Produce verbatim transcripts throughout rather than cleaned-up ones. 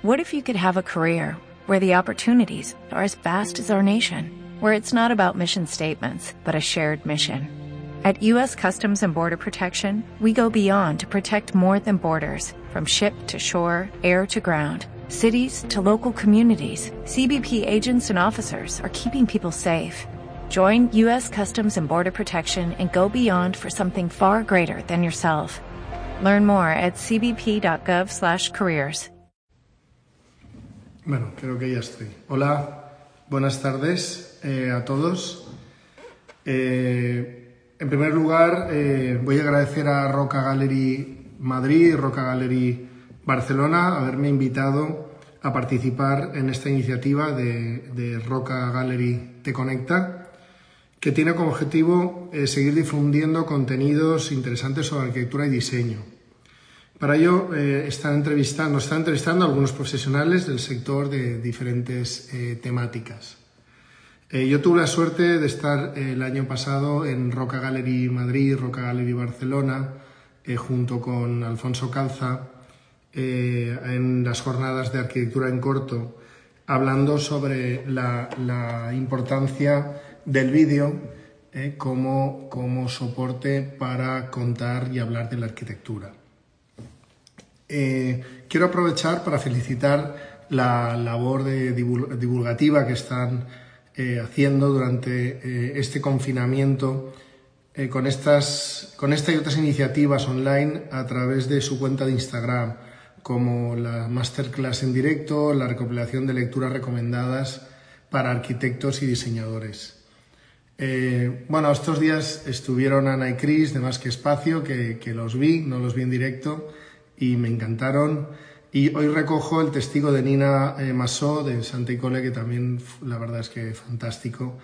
What if you could have a career where the opportunities are as vast as our nation, where it's not about mission statements, but a shared mission? At U S Customs and Border Protection, we go beyond to protect more than borders, from ship to shore, air to ground, cities to local communities. C B P agents and officers are keeping people safe. Join U S Customs and Border Protection and go beyond for something far greater than yourself. Learn more at c b p dot gov slash careers. Bueno, creo que ya estoy. Hola, buenas tardes eh, a todos. Eh, en primer lugar, eh, voy a agradecer a Roca Gallery Madrid y Roca Gallery Barcelona haberme invitado a participar en esta iniciativa de, de Roca Gallery Te Conecta, que tiene como objetivo eh, seguir difundiendo contenidos interesantes sobre arquitectura y diseño. Para ello eh, están entrevistando, están entrevistando a algunos profesionales del sector de diferentes eh, temáticas. Eh, yo tuve la suerte de estar eh, el año pasado en Roca Gallery Madrid, Roca Gallery Barcelona, eh, junto con Alfonso Calza, eh, en las jornadas de arquitectura en corto, hablando sobre la, la importancia del vídeo eh, como, como soporte para contar y hablar de la arquitectura. Eh, quiero aprovechar para felicitar la labor de divulgativa que están eh, haciendo durante eh, este confinamiento eh, con, estas, con esta y otras iniciativas online a través de su cuenta de Instagram, como la masterclass en directo, la recopilación de lecturas recomendadas para arquitectos y diseñadores. Eh, bueno, estos días estuvieron Ana y Cris de Más que Espacio, que, que los vi, no los vi en directo, y me encantaron. Y hoy recojo el testigo de Nina eh, Massó de Santa Icole, que también la verdad es que fantástico,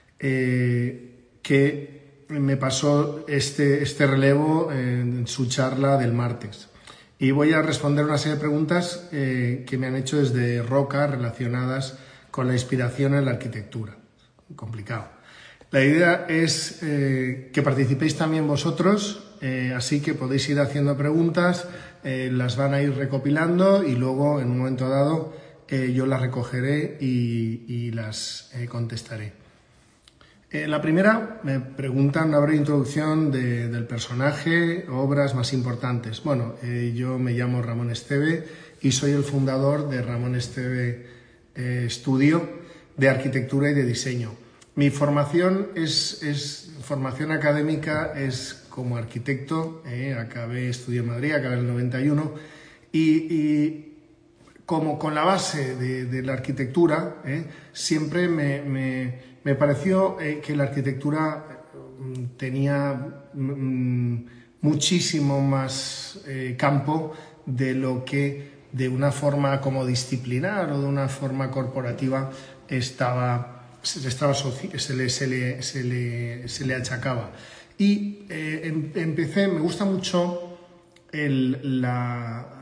eh, que me pasó este, este relevo en su charla del martes. Y voy a responder una serie de preguntas eh, que me han hecho desde Roca relacionadas con la inspiración en la arquitectura. Complicado. La idea es eh, que participéis también vosotros, eh, así que podéis ir haciendo preguntas, eh, las van a ir recopilando y luego en un momento dado eh, yo las recogeré y, y las eh, contestaré. Eh, la primera me preguntan una breve introducción de, del personaje, obras más importantes. Bueno, eh, yo me llamo Ramón Esteve y soy el fundador de Ramón Esteve eh, Studio de Arquitectura y de Diseño. Mi formación es, es formación académica, es como arquitecto, eh, acabé, estudié en Madrid, acabé en el noventa y uno, y, y como con la base de, de la arquitectura, eh, siempre me, me, me pareció eh, que la arquitectura tenía mm, muchísimo más eh, campo de lo que de una forma como disciplinar o de una forma corporativa estaba... Se, estaba, se, le, se, le, se, le, se le achacaba. Y eh, em, empecé, me gusta mucho el, la,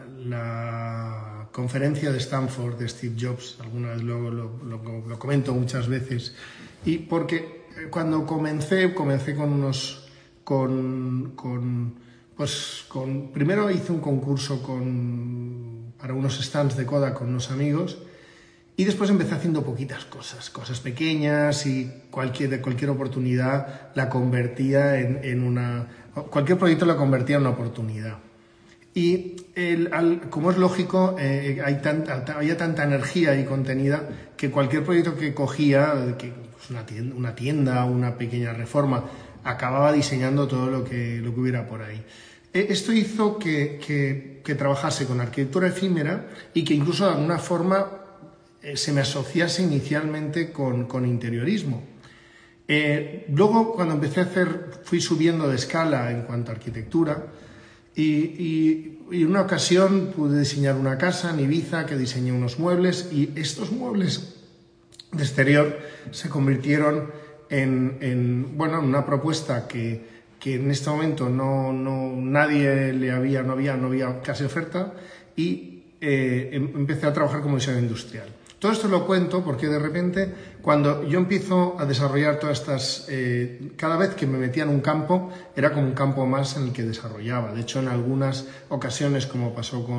la conferencia de Stanford de Steve Jobs, alguna vez lo, lo, lo, lo comento muchas veces, y porque cuando comencé, comencé con unos, con, con, pues con, primero hice un concurso con, para unos stands de Kodak con unos amigos. Y después empecé haciendo poquitas cosas, cosas pequeñas y cualquier, de cualquier oportunidad la convertía en, en una... Cualquier proyecto la convertía en una oportunidad. Y el, al, como es lógico, eh, hay tanta, había tanta energía ahí contenida que cualquier proyecto que cogía, que, pues una, tienda, una tienda, una pequeña reforma, acababa diseñando todo lo que, lo que hubiera por ahí. Esto hizo que, que, que trabajase con arquitectura efímera y que incluso de alguna forma se me asociase inicialmente con, con interiorismo. Eh, luego, cuando empecé a hacer, fui subiendo de escala en cuanto a arquitectura y, y, y en una ocasión pude diseñar una casa en Ibiza que diseñé unos muebles y estos muebles de exterior se convirtieron en, en, bueno, en una propuesta que, que en este momento no, no, nadie le había, no había, no había casi oferta y eh, empecé a trabajar como diseñador industrial. Todo esto lo cuento porque de repente cuando yo empiezo a desarrollar todas estas, eh, cada vez que me metía en un campo era como un campo más en el que desarrollaba. De hecho, en algunas ocasiones, como pasó con,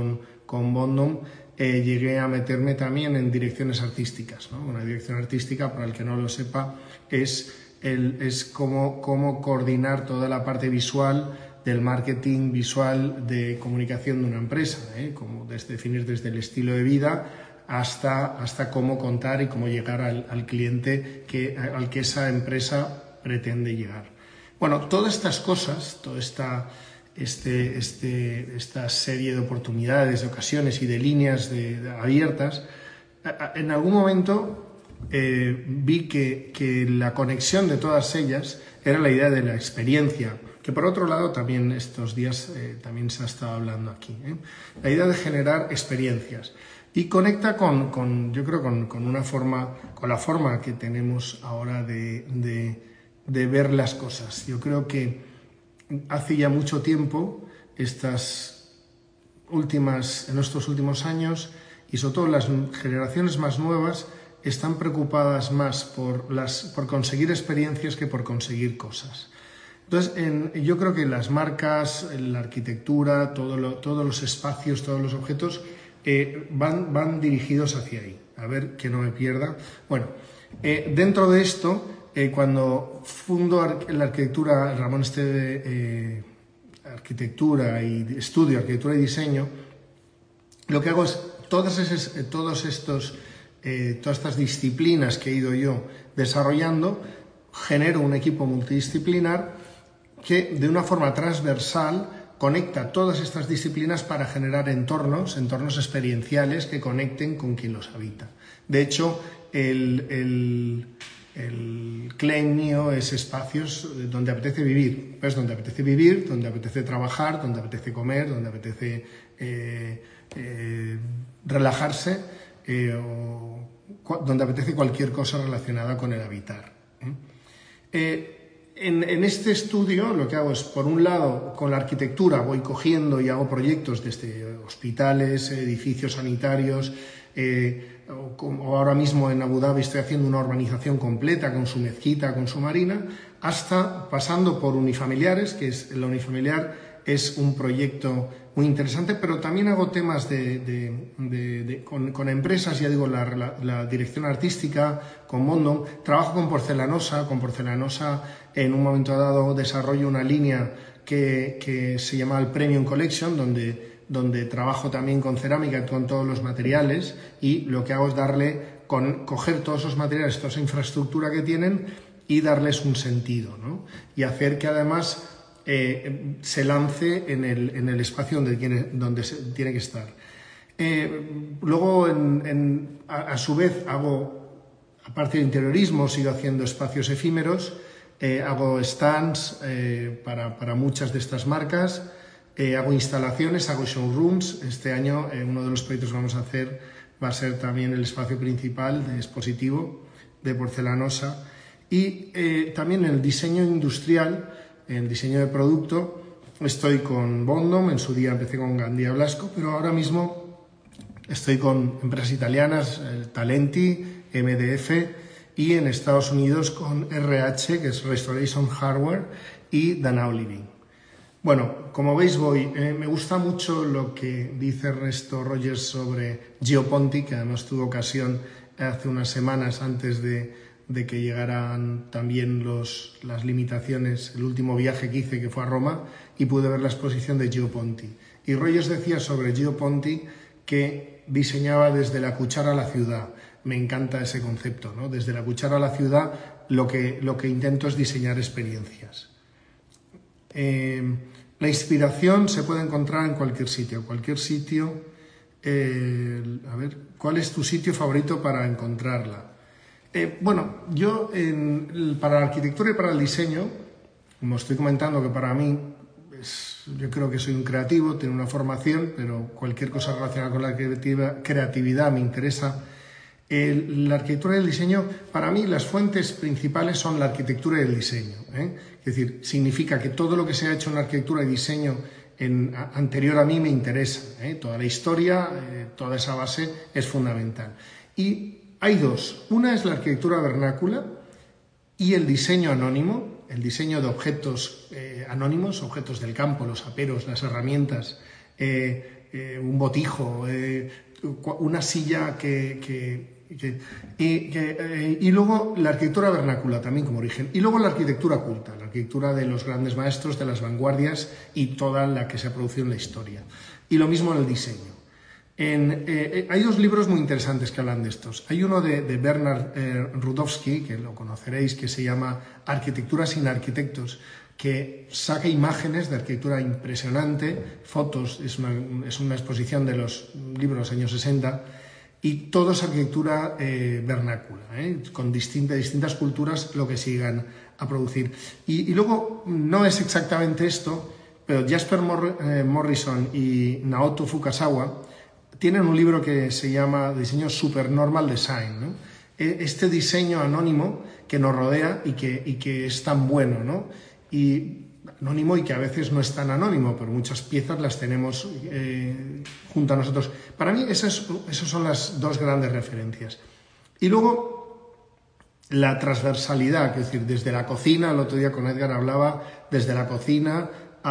con Bondom, eh, llegué a meterme también en direcciones artísticas, ¿no? Una dirección artística, para el que no lo sepa, es, el, es cómo, cómo coordinar toda la parte visual del marketing visual de comunicación de una empresa, ¿eh? Como desde definir desde el estilo de vida hasta, hasta cómo contar y cómo llegar al, al cliente que, al que esa empresa pretende llegar. Bueno, todas estas cosas, toda esta, este, este, esta serie de oportunidades, de ocasiones y de líneas de, de abiertas, en algún momento eh, vi que, que la conexión de todas ellas era la idea de la experiencia, que por otro lado también estos días eh, también se ha estado hablando aquí, ¿eh? La idea de generar experiencias. Y conecta con, con yo creo, con, con una forma, con la forma que tenemos ahora de, de, de ver las cosas. Yo creo que hace ya mucho tiempo, estas últimas, en estos últimos años, y sobre todo las generaciones más nuevas, están preocupadas más por, las, por conseguir experiencias que por conseguir cosas. Entonces, en, yo creo que las marcas, la arquitectura, todo lo, todos los espacios, todos los objetos, Eh, van, van dirigidos hacia ahí. A ver, que no me pierda. Bueno, eh, dentro de esto, eh, cuando fundo la arquitectura, Ramón Esteve, eh, arquitectura y estudio, arquitectura y diseño, lo que hago es todas esas, todos estos, eh, todas estas disciplinas que he ido yo desarrollando, genero un equipo multidisciplinar que de una forma transversal conecta todas estas disciplinas para generar entornos, entornos experienciales que conecten con quien los habita. De hecho, el, el, el claim mío es espacios donde apetece vivir. Pues donde apetece vivir, donde apetece trabajar, donde apetece comer, donde apetece eh, eh, relajarse, eh, o donde apetece cualquier cosa relacionada con el habitar. ¿eh? Eh, En, en este estudio lo que hago es, por un lado, con la arquitectura voy cogiendo y hago proyectos desde hospitales, edificios sanitarios, eh, o, o ahora mismo en Abu Dhabi estoy haciendo una urbanización completa con su mezquita, con su marina, hasta pasando por unifamiliares, que es la unifamiliar es un proyecto muy interesante, pero también hago temas de, de, de, de, con, con empresas, ya digo, la, la, la dirección artística, con Bondom, trabajo con Porcelanosa, con Porcelanosa en un momento dado desarrollo una línea que, que se llama el Premium Collection, donde, donde trabajo también con cerámica, con todos los materiales, y lo que hago es darle, con, coger todos esos materiales, toda esa infraestructura que tienen y darles un sentido, ¿no? Y hacer que además Eh, se lance en el, en el espacio donde tiene, donde se, tiene que estar. Eh, luego, en, en, a, a su vez, hago, aparte de interiorismo, sigo haciendo espacios efímeros, eh, hago stands eh, para, para muchas de estas marcas, eh, hago instalaciones, hago showrooms. Este año eh, uno de los proyectos que vamos a hacer va a ser también el espacio principal de expositivo de Porcelanosa, y eh, también en el diseño industrial. En diseño de producto estoy con Bondom, en su día empecé con Gandia Blasco, pero ahora mismo estoy con empresas italianas, Talenti, M D F, y en Estados Unidos con R H, que es Restoration Hardware, y Danao Living. Bueno, como veis voy, eh, me gusta mucho lo que dice Ernesto Rogers sobre Geoponti, que además tuve ocasión hace unas semanas antes de de que llegaran también los, las limitaciones, el último viaje que hice, que fue a Roma, y pude ver la exposición de Geoponti. Y Rogers decía sobre Geoponti que diseñaba desde la cuchara a la ciudad. Me encanta ese concepto, ¿no? Desde la cuchara a la ciudad lo que, lo que intento es diseñar experiencias. Eh, la inspiración se puede encontrar en cualquier sitio. Cualquier sitio, eh, a ver, ¿cuál es tu sitio favorito para encontrarla? Eh, bueno, yo en, para la arquitectura y para el diseño, como estoy comentando que para mí, es, yo creo que soy un creativo, tengo una formación, pero cualquier cosa relacionada con la creativa, creatividad me interesa. El, la arquitectura y el diseño, para mí las fuentes principales son la arquitectura y el diseño, ¿eh? Es decir, significa que todo lo que se ha hecho en arquitectura y diseño en, a, anterior a mí me interesa, ¿eh? Toda la historia, eh, toda esa base es fundamental. Y hay dos, una es la arquitectura vernácula y el diseño anónimo, el diseño de objetos eh, anónimos, objetos del campo, los aperos, las herramientas, eh, eh, un botijo, eh, una silla que... que Que, y, que, eh, y luego la arquitectura vernácula también como origen, y luego la arquitectura culta, la arquitectura de los grandes maestros, de las vanguardias y toda la que se ha producido en la historia. Y lo mismo en el diseño. En, eh, hay dos libros muy interesantes que hablan de estos. Hay uno de, de Bernard eh, Rudowski, que lo conoceréis, que se llama Arquitectura sin arquitectos, que saca imágenes de arquitectura impresionante, fotos, es una, es una exposición de los libros de los años sesenta, y todo es arquitectura eh, vernácula, ¿eh? Con distintas, distintas culturas lo que sigan a producir. Y, y luego, no es exactamente esto, pero Jasper Mor eh, Morrison y Naoto Fukasawa tienen un libro que se llama Diseño Supernormal Design, ¿no? Este diseño anónimo que nos rodea y que, y que es tan bueno, ¿no? Y anónimo y que a veces no es tan anónimo, pero muchas piezas las tenemos eh, junto a nosotros. Para mí esas, esas son las dos grandes referencias. Y luego la transversalidad, es decir, desde la cocina, el otro día con Edgar hablaba, desde la cocina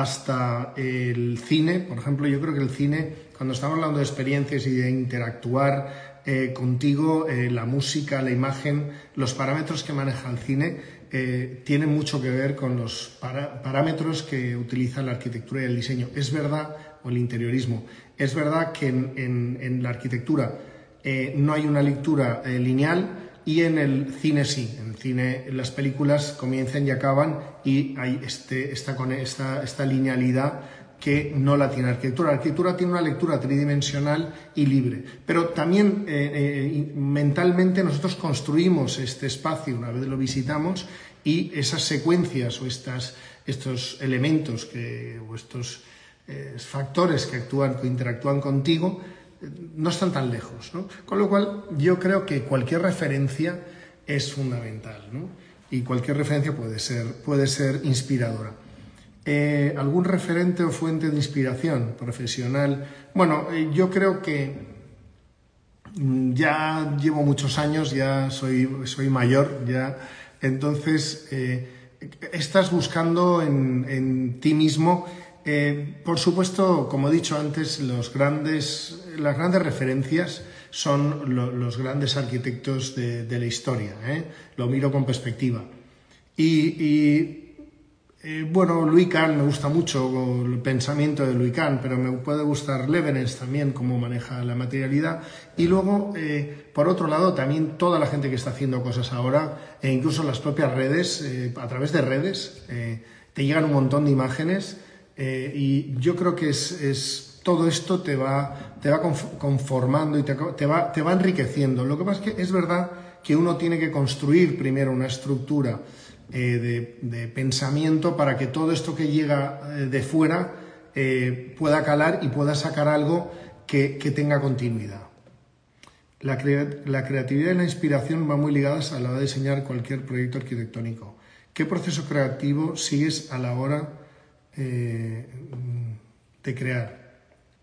hasta el cine. Por ejemplo, yo creo que el cine, cuando estamos hablando de experiencias y de interactuar eh, contigo, eh, la música, la imagen, los parámetros que maneja el cine, Eh, tiene mucho que ver con los para, parámetros que utiliza la arquitectura y el diseño. Es verdad, o el interiorismo, es verdad que en, en, en la arquitectura eh, no hay una lectura eh, lineal y en el cine sí. En el cine las películas comienzan y acaban y hay este, esta, esta, esta linealidad que no la tiene la arquitectura. La arquitectura tiene una lectura tridimensional y libre, pero también eh, eh, mentalmente nosotros construimos este espacio una vez lo visitamos y esas secuencias o estas, estos elementos que, o estos eh, factores que actúan, que interactúan contigo eh, no están tan lejos, ¿no? Con lo cual yo creo que cualquier referencia es fundamental, ¿no? Y cualquier referencia puede ser, puede ser inspiradora. Eh, ¿Algún referente o fuente de inspiración profesional? Bueno, eh, yo creo que ya llevo muchos años, ya soy, soy mayor, ya, entonces eh, estás buscando en, en ti mismo, eh, por supuesto, como he dicho antes, los grandes, las grandes referencias son lo, los grandes arquitectos de, de la historia, ¿eh? Lo miro con perspectiva. Y, y Eh, bueno, Louis Kahn me gusta mucho, el pensamiento de Louis Kahn, pero me puede gustar Leibniz también, cómo maneja la materialidad. Y luego, eh, por otro lado, también toda la gente que está haciendo cosas ahora, e incluso las propias redes, eh, a través de redes, eh, te llegan un montón de imágenes eh, y yo creo que es, es todo esto te va, te va conformando y te, te, va, te va enriqueciendo. Lo que pasa es que es verdad que uno tiene que construir primero una estructura Eh, de, de pensamiento para que todo esto que llega eh, de fuera eh, pueda calar y pueda sacar algo que, que tenga continuidad. La, crea la creatividad y la inspiración van muy ligadas a la hora de diseñar cualquier proyecto arquitectónico. ¿Qué proceso creativo sigues a la hora eh, de crear?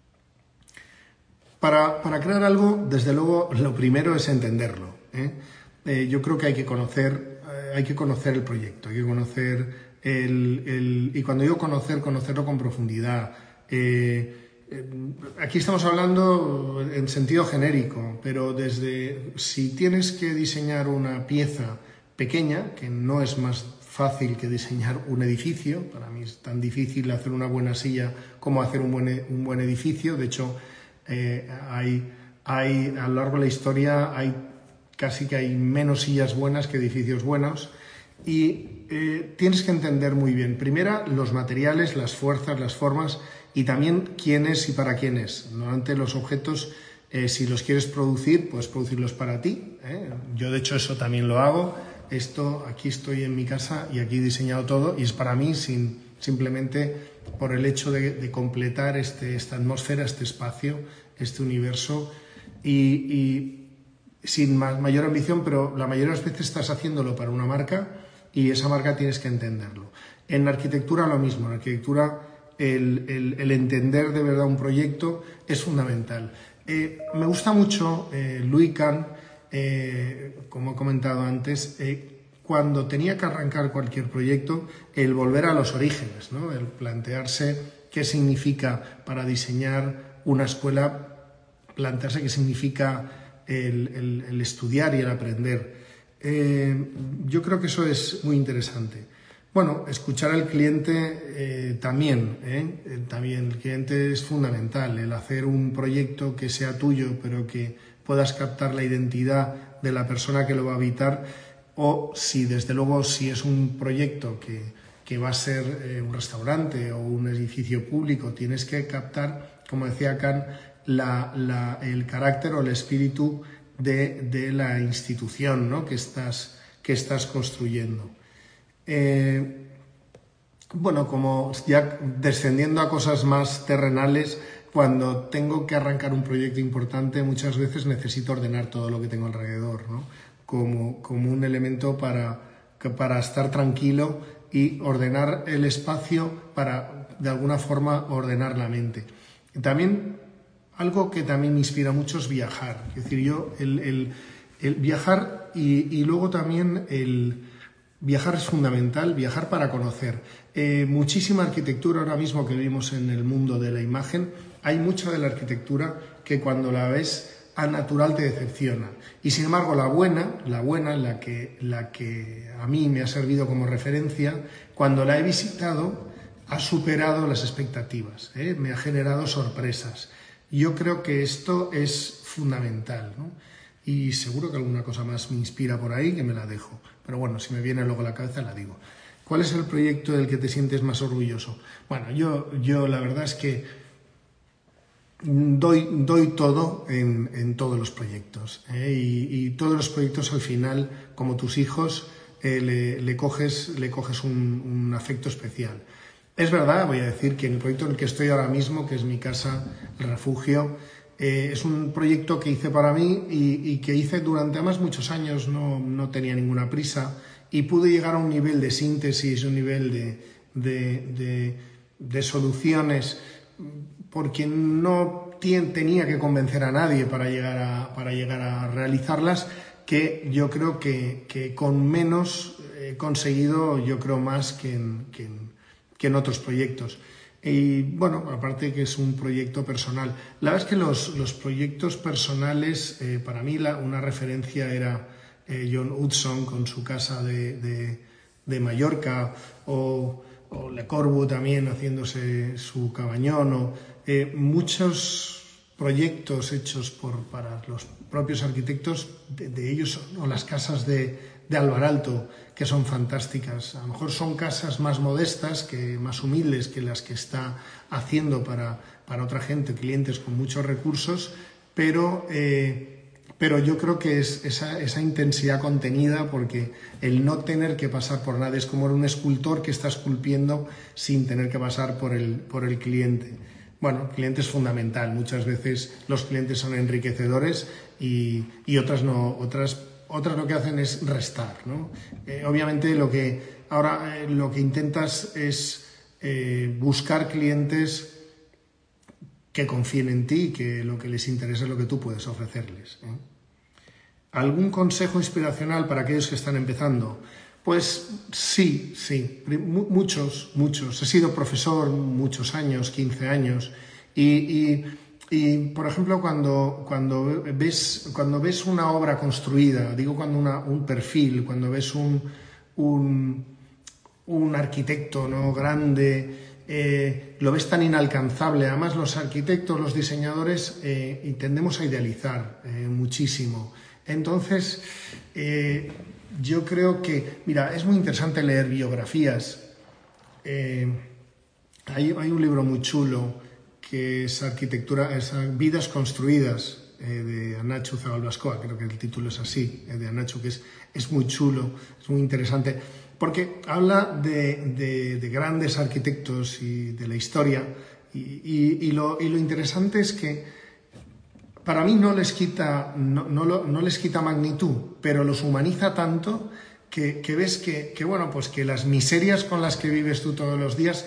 Para, para crear algo, desde luego, lo primero es entenderlo, ¿eh? Eh, yo creo que hay que conocer hay que conocer el proyecto, hay que conocer el... el y cuando digo conocer, conocerlo con profundidad. Eh, eh, aquí estamos hablando en sentido genérico, pero desde si tienes que diseñar una pieza pequeña, que no es más fácil que diseñar un edificio, para mí es tan difícil hacer una buena silla como hacer un buen, un buen edificio. De hecho, eh, hay, hay, a lo largo de la historia hay casi que hay menos sillas buenas que edificios buenos y eh, tienes que entender muy bien, primero, los materiales, las fuerzas, las formas y también quién es y para quién es. Normalmente los objetos, eh, si los quieres producir, puedes producirlos para ti, ¿eh? Yo de hecho eso también lo hago. Esto, aquí estoy en mi casa y aquí he diseñado todo y es para mí sin, simplemente por el hecho de, de completar este, esta atmósfera, este espacio, este universo y, y sin más, mayor ambición, pero la mayoría de las veces estás haciéndolo para una marca y esa marca tienes que entenderlo. En la arquitectura lo mismo, en la arquitectura el, el, el entender de verdad un proyecto es fundamental. Eh, me gusta mucho eh, Louis Kahn, eh, como he comentado antes, eh, cuando tenía que arrancar cualquier proyecto, el volver a los orígenes, ¿no? El plantearse qué significa para diseñar una escuela, plantearse qué significa el, el, el estudiar y el aprender. Eh, yo creo que eso es muy interesante. Bueno, escuchar al cliente eh, también, ¿eh? también el cliente es fundamental, el hacer un proyecto que sea tuyo, pero que puedas captar la identidad de la persona que lo va a habitar, o si desde luego si es un proyecto que, que va a ser eh, un restaurante o un edificio público, tienes que captar, como decía Kant, la, la, el carácter o el espíritu de, de la institución, ¿no? que, estás, que estás construyendo. Eh, bueno, como ya descendiendo a cosas más terrenales, cuando tengo que arrancar un proyecto importante, muchas veces necesito ordenar todo lo que tengo alrededor, ¿no? como, como un elemento para, para estar tranquilo y ordenar el espacio para, de alguna forma, ordenar la mente. También, algo que también me inspira mucho es viajar. Es decir, yo, el, el, el viajar y, y luego también el... Viajar es fundamental, viajar para conocer. Eh, muchísima arquitectura ahora mismo que vivimos en el mundo de la imagen, hay mucha de la arquitectura que cuando la ves a natural te decepciona. Y sin embargo la buena, la buena, la que, la que a mí me ha servido como referencia, cuando la he visitado ha superado las expectativas, ¿eh? me ha generado sorpresas. Yo creo que esto es fundamental, ¿no? Y seguro que alguna cosa más me inspira por ahí que me la dejo. Pero bueno, si me viene luego a la cabeza la digo. ¿Cuál es el proyecto del que te sientes más orgulloso? Bueno, yo, yo la verdad es que doy, doy todo en, en todos los proyectos. ¿eh? Y, y todos los proyectos al final, como tus hijos, eh, le, le coges, le coges un, un afecto especial. Es verdad, voy a decir que en el proyecto en el que estoy ahora mismo, que es mi casa, el refugio, Eh, es un proyecto que hice para mí y, y que hice durante además muchos años, no, no tenía ninguna prisa y pude llegar a un nivel de síntesis, un nivel de, de, de, de soluciones, porque no tenía que convencer a nadie para llegar a, para llegar a realizarlas, que yo creo que, que con menos he conseguido, yo creo, más que en, que en, que en otros proyectos. Y bueno, aparte que es un proyecto personal. La verdad es que los, los proyectos personales, eh, para mí la, una referencia era eh, John Hudson con su casa de, de, de Mallorca, o, o Le Corbusier también haciéndose su cabañón, o eh, muchos proyectos hechos por, para los propios arquitectos, de, de ellos, o las casas de, de Alvar Aalto, que son fantásticas. A lo mejor son casas más modestas, que, más humildes que las que está haciendo para, para otra gente, clientes con muchos recursos, pero, eh, pero yo creo que es esa, esa intensidad contenida, porque el no tener que pasar por nada es como un escultor que está esculpiendo sin tener que pasar por el, por el cliente. Bueno, el cliente es fundamental. Muchas veces los clientes son enriquecedores y, y otras no, otras Otras lo que hacen es restar, ¿no? Eh, obviamente lo que ahora eh, lo que intentas es eh, buscar clientes que confíen en ti y que lo que les interesa es lo que tú puedes ofrecerles, ¿eh? ¿Algún consejo inspiracional para aquellos que están empezando? Pues sí, sí, muchos, muchos. He sido profesor muchos años, quince años, y... y Y, por ejemplo, cuando, cuando, ves, cuando ves una obra construida, digo cuando una, un perfil, cuando ves un, un, un arquitecto, ¿no? grande, eh, lo ves tan inalcanzable. Además, los arquitectos, los diseñadores, eh, y tendemos a idealizar eh, muchísimo. Entonces, eh, yo creo que, mira, es muy interesante leer biografías. Eh, hay, hay un libro muy chulo que es arquitectura, es Vidas construidas, eh, de Anachu Zabalbaskoa, creo que el título es así, eh, de Anachu, que es, es muy chulo, es muy interesante, porque habla de, de, de grandes arquitectos y de la historia, y, y, y, lo, y lo interesante es que para mí no les quita, no, no, lo, no les quita magnitud, pero los humaniza tanto que, que ves que, que, bueno, pues que las miserias con las que vives tú todos los días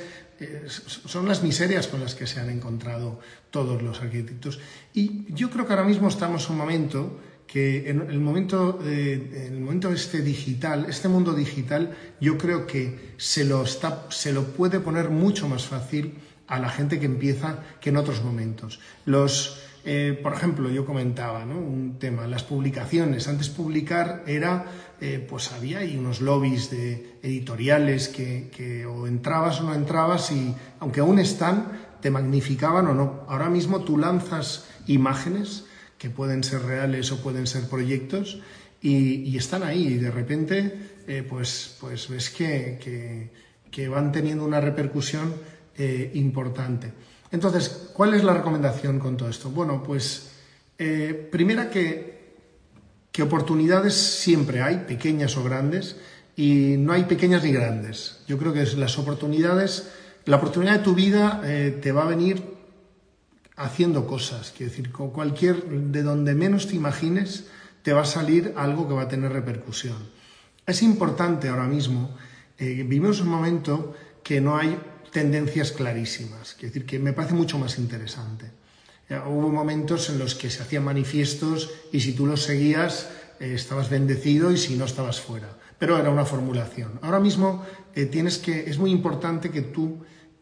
son las miserias con las que se han encontrado todos los arquitectos. Y yo creo que ahora mismo estamos en un momento que en el momento, eh, en el momento este digital, este mundo digital, yo creo que se lo, está, se lo puede poner mucho más fácil a la gente que empieza que en otros momentos. Los, eh, por ejemplo, yo comentaba, ¿no?, un tema, las publicaciones. Antes publicar era, eh, pues había ahí unos lobbies de editoriales que, que o entrabas o no entrabas y, aunque aún están, te magnificaban o no. Ahora mismo tú lanzas imágenes que pueden ser reales o pueden ser proyectos y, y están ahí y de repente eh, pues, pues ves que, que, que van teniendo una repercusión eh, importante. Entonces, ¿cuál es la recomendación con todo esto? Bueno, pues eh, primera que, que oportunidades siempre hay, pequeñas o grandes, y no hay pequeñas ni grandes. Yo creo que las oportunidades, la oportunidad de tu vida eh, te va a venir haciendo cosas, quiero decir, con cualquier, de donde menos te imagines, te va a salir algo que va a tener repercusión. Es importante ahora mismo, eh, vivimos un momento que no hay tendencias clarísimas, quiero decir, que me parece mucho más interesante. Eh, hubo momentos en los que se hacían manifiestos y si tú los seguías eh, estabas bendecido y si no estabas fuera, pero era una formulación. Ahora mismo eh, tienes que, es muy importante que tú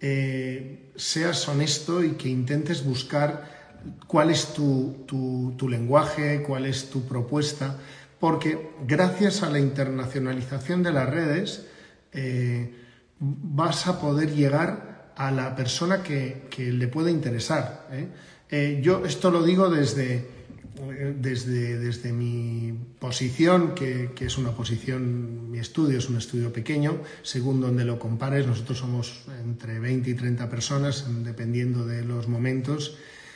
Eh, seas honesto y que intentes buscar cuál es tu, tu, tu lenguaje, cuál es tu propuesta, porque gracias a la internacionalización de las redes eh, vas a poder llegar a la persona que, que le pueda interesar. ¿eh? Eh, yo esto lo digo desde... Desde, desde mi posición, que, que es una posición, mi estudio es un estudio pequeño, según donde lo compares, nosotros somos entre veinte y treinta personas, dependiendo de los momentos,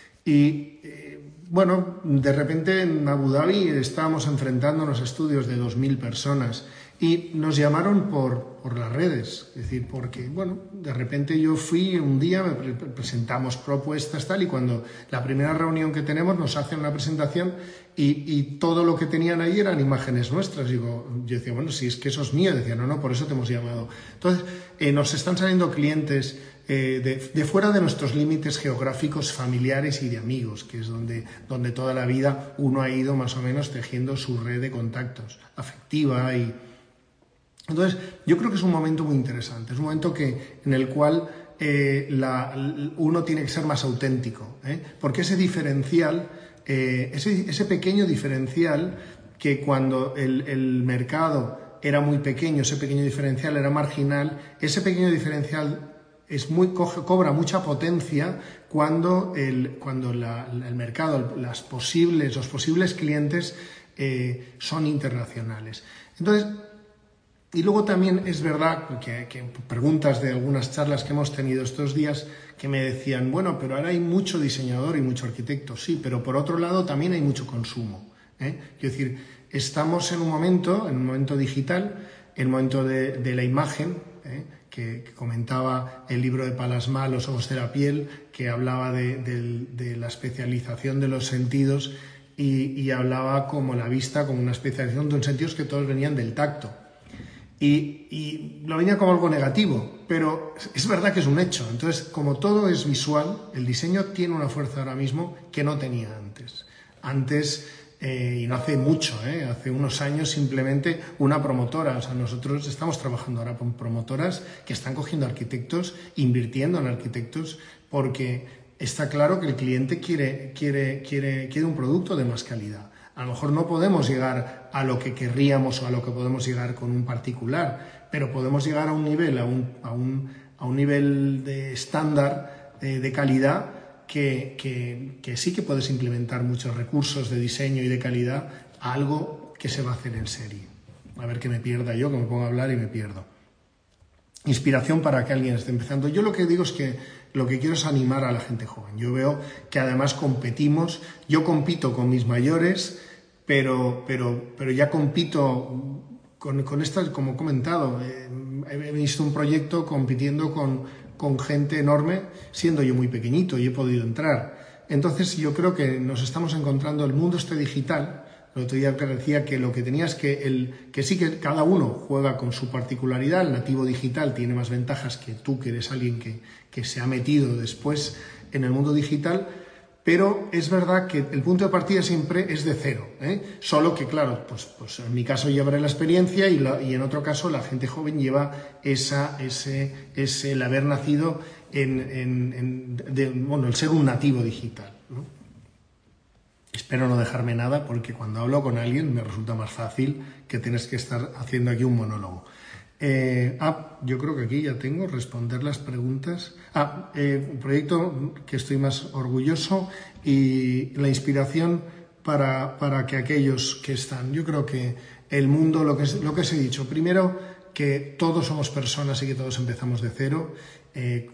y eh, bueno, de repente en Abu Dhabi estábamos enfrentándonos a estudios de dos mil personas y nos llamaron por, por las redes, es decir, porque, bueno, de repente yo fui un día, me presentamos propuestas, tal, y cuando la primera reunión que tenemos nos hacen una presentación y, y todo lo que tenían ahí eran imágenes nuestras. Digo, yo decía, bueno, si es que eso es mío, decía, no, no, por eso te hemos llamado. Entonces, eh, nos están saliendo clientes eh, de, de fuera de nuestros límites geográficos, familiares y de amigos, que es donde, donde toda la vida uno ha ido más o menos tejiendo su red de contactos afectiva y... Entonces, yo creo que es un momento muy interesante, es un momento que, en el cual eh, la, uno tiene que ser más auténtico, ¿eh? Porque ese diferencial, eh, ese, ese pequeño diferencial que cuando el, el mercado era muy pequeño, ese pequeño diferencial era marginal, ese pequeño diferencial es muy, coge, cobra mucha potencia cuando el, cuando la, el mercado, las posibles, los posibles clientes eh, son internacionales. Entonces, y luego también es verdad que, que preguntas de algunas charlas que hemos tenido estos días que me decían, bueno, pero ahora hay mucho diseñador y mucho arquitecto, sí, pero por otro lado también hay mucho consumo, ¿eh? Es decir, estamos en un momento, en un momento digital, el momento de, de la imagen, ¿eh? que, que comentaba el libro de Palasma, Los ojos de la piel, que hablaba de, de, de la especialización de los sentidos y, y hablaba como la vista, como una especialización de unos sentidos que todos venían del tacto. Y, y lo venía como algo negativo, pero es verdad que es un hecho. Entonces, como todo es visual, el diseño tiene una fuerza ahora mismo que no tenía antes. Antes, eh, y no hace mucho, eh, hace unos años simplemente una promotora, o sea, nosotros estamos trabajando ahora con promotoras que están cogiendo arquitectos, invirtiendo en arquitectos, porque está claro que el cliente quiere, quiere, quiere, quiere un producto de más calidad. A lo mejor no podemos llegar a lo que querríamos o a lo que podemos llegar con un particular, pero podemos llegar a un nivel, a un, a un, a un nivel de estándar de, de calidad que, que, que sí que puedes implementar muchos recursos de diseño y de calidad a algo que se va a hacer en serie. A ver que me pierda yo, que me pongo a hablar y me pierdo. Inspiración para que alguien esté empezando. Yo lo que digo es que lo que quiero es animar a la gente joven. Yo veo que además competimos, yo compito con mis mayores, pero, pero, pero ya compito con, con estas, como he comentado, eh, he visto un proyecto compitiendo con, con gente enorme, siendo yo muy pequeñito y he podido entrar. Entonces yo creo que nos estamos encontrando, el mundo este digital. El otro día decía que lo que tenía es que, el, que sí que cada uno juega con su particularidad, el nativo digital tiene más ventajas que tú, que eres alguien que, que se ha metido después en el mundo digital, pero es verdad que el punto de partida siempre es de cero, ¿eh? Solo que, claro, pues, pues en mi caso llevaré la experiencia y, la, y en otro caso la gente joven lleva esa, ese, ese, el haber nacido en, en, en de, bueno, el ser un nativo digital, ¿no? Espero no dejarme nada, porque cuando hablo con alguien me resulta más fácil que tienes que estar haciendo aquí un monólogo. Eh, ah, yo creo que aquí ya tengo responder las preguntas. Ah, eh, un proyecto que estoy más orgulloso y la inspiración para, para que aquellos que están. Yo creo que el mundo, lo que, lo que os he dicho, primero que todos somos personas y que todos empezamos de cero, eh,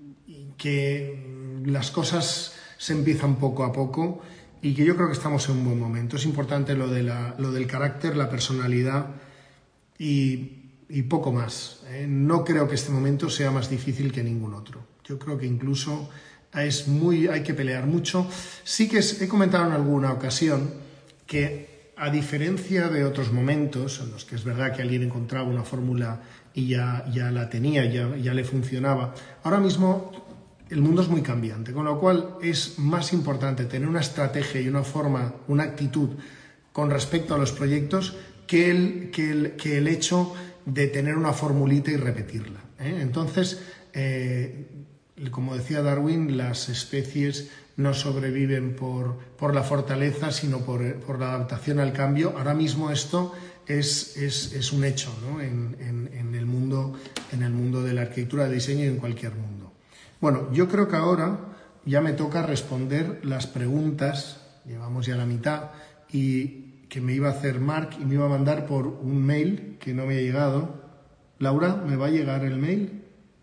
que las cosas se empiezan poco a poco y que yo creo que estamos en un buen momento. Es importante lo, de la, lo del carácter, la personalidad y... y poco más. ¿eh? No creo que este momento sea más difícil que ningún otro. Yo creo que incluso es muy, hay que pelear mucho. Sí que es, he comentado en alguna ocasión que, a diferencia de otros momentos en los que es verdad que alguien encontraba una fórmula y ya, ya la tenía, ya, ya le funcionaba, ahora mismo el mundo es muy cambiante, con lo cual es más importante tener una estrategia y una forma, una actitud con respecto a los proyectos que el, que el, que el hecho de tener una formulita y repetirla, ¿eh? Entonces, eh, como decía Darwin, las especies no sobreviven por, por la fortaleza, sino por, por la adaptación al cambio. Ahora mismo esto es, es, es un hecho, ¿no? en, en, en, el mundo, en el mundo de la arquitectura, de diseño y en cualquier mundo. Bueno, yo creo que ahora ya me toca responder las preguntas, llevamos ya la mitad, y que me iba a hacer Marc y me iba a mandar por un mail que no me ha llegado. Laura, ¿me va a llegar el mail?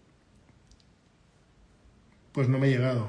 Pues no me ha llegado.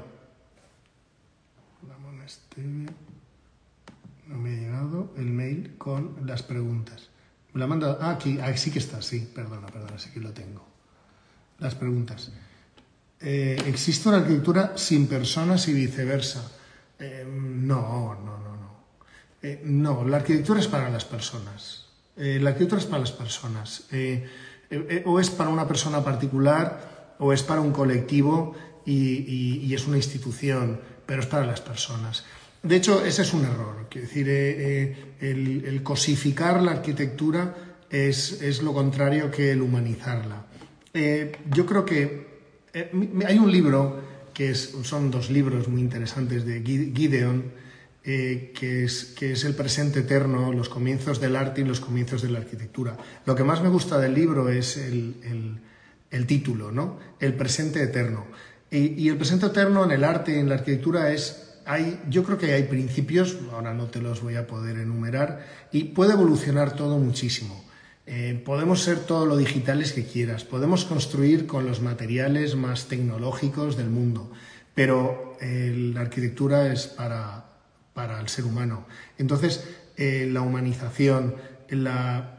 No me ha llegado el mail con las preguntas. Me la ha mandado... Ah, aquí, ah, sí que está, sí, perdona, perdona, sí que lo tengo. Las preguntas. Eh, ¿Existe una arquitectura sin personas y viceversa? Eh, no, no, no, no. Eh, no, la arquitectura es para las personas. Eh, la arquitectura es para las personas. Eh, eh, o es para una persona particular o es para un colectivo y, y, y es una institución, pero es para las personas. De hecho, ese es un error. Quiero decir, eh, eh, el, el cosificar la arquitectura es, es lo contrario que el humanizarla. Eh, yo creo que eh, hay un libro, que es, son dos libros muy interesantes de Gideon, Eh, que, es, que es El presente eterno, los comienzos del arte y los comienzos de la arquitectura. Lo que más me gusta del libro es el, el, el título, ¿no? El presente eterno. Y, y el presente eterno en el arte y en la arquitectura es... Hay, yo creo que hay principios, ahora no te los voy a poder enumerar, y puede evolucionar todo muchísimo. Eh, podemos ser todo lo digitales que quieras, podemos construir con los materiales más tecnológicos del mundo, pero eh, la arquitectura es para... para el ser humano. Entonces, eh, la humanización, la,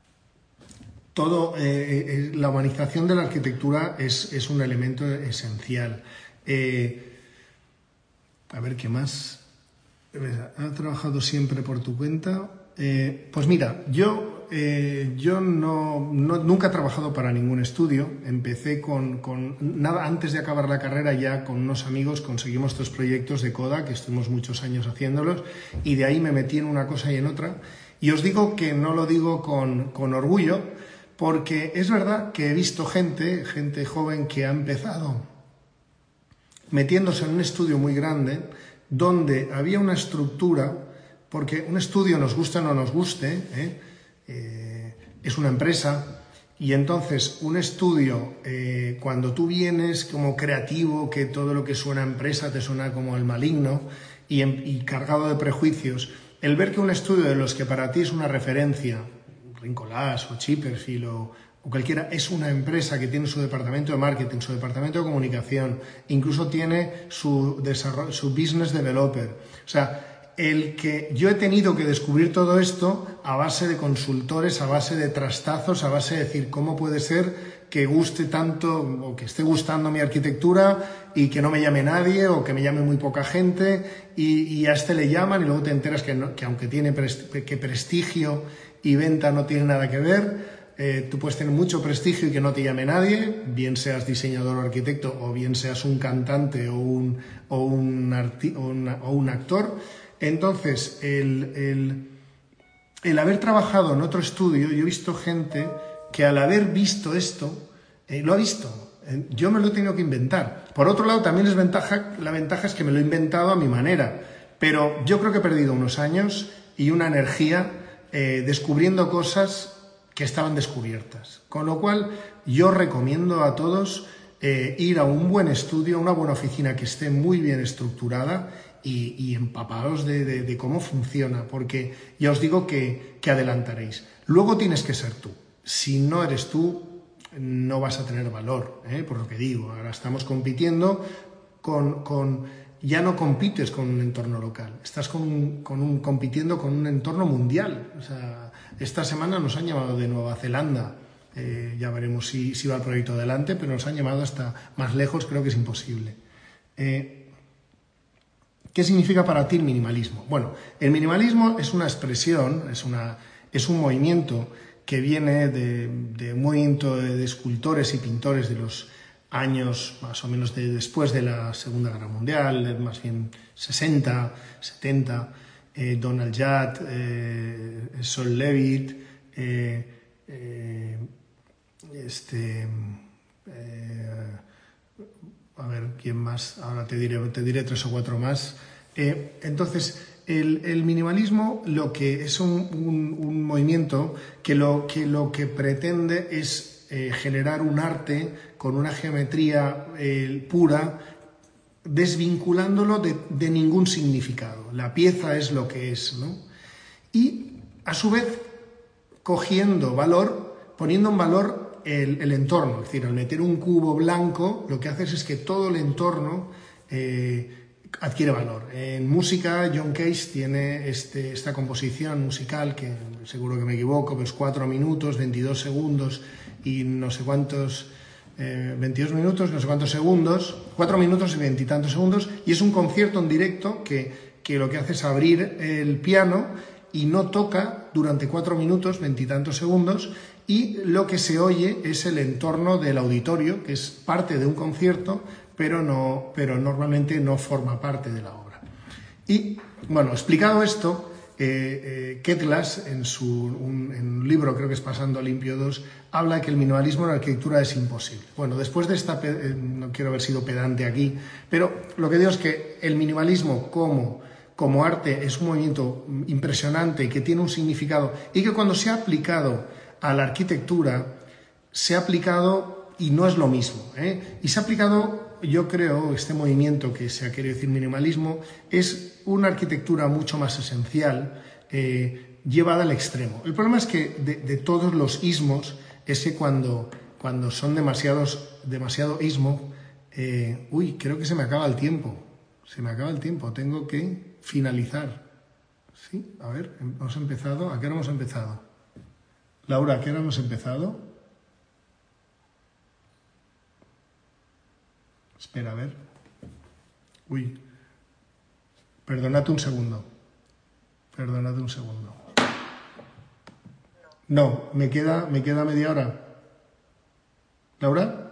todo, eh, eh, la humanización de la arquitectura es, es un elemento esencial. Eh, a ver, ¿qué más? ¿Has trabajado siempre por tu cuenta? Eh, pues mira, yo, eh, yo no, no, nunca he trabajado para ningún estudio. Empecé con, con nada antes de acabar la carrera, ya con unos amigos conseguimos tres proyectos de Coda, que estuvimos muchos años haciéndolos, y de ahí me metí en una cosa y en otra. Y os digo que no lo digo con, con orgullo, porque es verdad que he visto gente, gente joven que ha empezado metiéndose en un estudio muy grande, donde había una estructura, porque un estudio, nos guste o no nos guste, ¿eh? Eh, es una empresa, y entonces un estudio, eh, cuando tú vienes como creativo, que todo lo que suena a empresa te suena como el maligno, y, y cargado de prejuicios, el ver que un estudio de los que para ti es una referencia, Rincolás o Chipperfield o, o cualquiera, es una empresa que tiene su departamento de marketing, su departamento de comunicación, incluso tiene su, desarrollo, su business developer, o sea, el que yo he tenido que descubrir todo esto a base de consultores, a base de trastazos, a base de decir cómo puede ser que guste tanto o que esté gustando mi arquitectura y que no me llame nadie o que me llame muy poca gente y, y a este le llaman y luego te enteras que, no, que aunque tiene prest, que prestigio y venta no tiene nada que ver, eh, tú puedes tener mucho prestigio y que no te llame nadie, bien seas diseñador o arquitecto o bien seas un cantante o un, o un, arti, o una, o un actor. Entonces, el, el, el haber trabajado en otro estudio, yo he visto gente que al haber visto esto, eh, lo ha visto, Yo me lo he tenido que inventar. Por otro lado, también es ventaja, la ventaja es que me lo he inventado a mi manera. Pero yo creo que he perdido unos años y una energía eh, descubriendo cosas que estaban descubiertas. Con lo cual, yo recomiendo a todos eh, ir a un buen estudio, a una buena oficina que esté muy bien estructurada y, y empapados de, de, de cómo funciona, porque ya os digo que, que adelantaréis. Luego tienes que ser tú. Si no eres tú, no vas a tener valor, ¿eh? Por lo que digo. Ahora estamos compitiendo con, con... Ya no compites con un entorno local, estás con, con un, compitiendo con un entorno mundial. O sea, esta semana nos han llamado de Nueva Zelanda, eh, ya veremos si, si va el proyecto adelante, pero nos han llamado hasta más lejos, creo que es imposible. Eh, ¿Qué significa para ti el minimalismo? Bueno, el minimalismo es una expresión, es, una, es un movimiento que viene de, de un movimiento de escultores y pintores de los años más o menos de, después de la Segunda Guerra Mundial, más bien sesenta, setenta, eh, Donald Judd, eh, Sol Levitt, eh, eh, este, eh, a ver, ¿quién más? Ahora te diré, te diré tres o cuatro más. Eh, entonces, el, el minimalismo lo que es un, un, un movimiento que lo, que lo que pretende es eh, generar un arte con una geometría eh, pura, desvinculándolo de, de ningún significado. La pieza es lo que es, ¿no? Y, a su vez, cogiendo valor, poniendo en valor El, el entorno, es decir, al meter un cubo blanco, lo que haces es que todo el entorno eh, adquiere valor. En música, John Cage tiene este, esta composición musical, que seguro que me equivoco, pero es cuatro minutos, veintidós segundos y no sé cuántos, eh, veintidós minutos, no sé cuántos segundos, cuatro minutos y veintitantos segundos, y es un concierto en directo que, que lo que hace es abrir el piano y no toca durante cuatro minutos, veintitantos segundos, y lo que se oye es el entorno del auditorio, que es parte de un concierto, pero, no, pero normalmente no forma parte de la obra. Y, bueno, explicado esto, eh, eh, Ketlas, en, su, un, en un libro, creo que es Pasando a Limpio dos, habla de que el minimalismo en la arquitectura es imposible. Bueno, después de esta, eh, no quiero haber sido pedante aquí, pero lo que digo es que el minimalismo como... como arte es un movimiento impresionante y que tiene un significado y que cuando se ha aplicado a la arquitectura se ha aplicado y no es lo mismo, ¿eh? Y se ha aplicado, yo creo, este movimiento que se ha querido decir minimalismo es una arquitectura mucho más esencial, eh, llevada al extremo. El problema es que de, de todos los ismos es que cuando, cuando son demasiados, demasiado ismo, eh, uy, creo que se me acaba el tiempo. Se me acaba el tiempo, tengo que finalizar. ¿Sí? A ver, hemos empezado. ¿A qué hora hemos empezado? Laura, ¿a qué hora hemos empezado? Espera, a ver. Uy. Perdonad un segundo. Perdonad un segundo. No, me queda, me queda media hora. ¿Laura?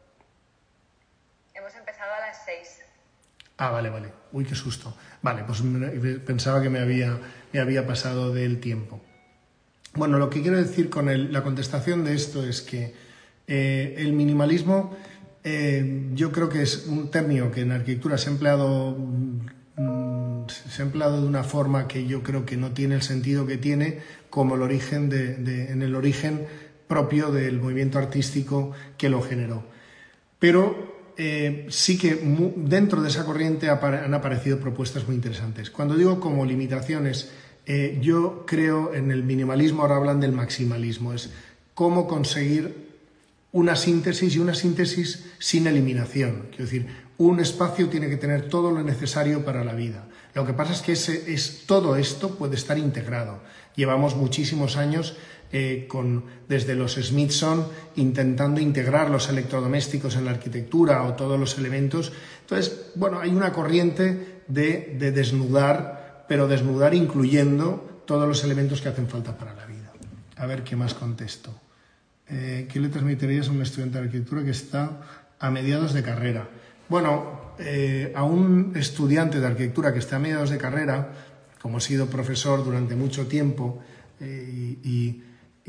Ah, vale, vale. Uy, qué susto. Vale, pues pensaba que me había, me había pasado del tiempo. Bueno, lo que quiero decir con el, la contestación de esto es que eh, el minimalismo eh, yo creo que es un término que en arquitectura se ha empleado, mm, se ha empleado de una forma que yo creo que no tiene el sentido que tiene como el origen de, de, en el origen propio del movimiento artístico que lo generó. Pero Eh, sí que mu dentro de esa corriente han aparecido propuestas muy interesantes. Cuando digo como limitaciones, eh, yo creo en el minimalismo, ahora hablan del maximalismo, es cómo conseguir una síntesis y una síntesis sin eliminación. Quiero decir, un espacio tiene que tener todo lo necesario para la vida. Lo que pasa es que ese, es, todo esto puede estar integrado. Llevamos muchísimos años Eh, con, desde los Smithson intentando integrar los electrodomésticos en la arquitectura o todos los elementos. Entonces, bueno, hay una corriente de, de desnudar, pero desnudar incluyendo todos los elementos que hacen falta para la vida. A ver qué más contesto. Eh, ¿Qué le transmitirías a un estudiante de arquitectura que está a mediados de carrera? Bueno, eh, a un estudiante de arquitectura que está a mediados de carrera, como he sido profesor durante mucho tiempo eh, y, y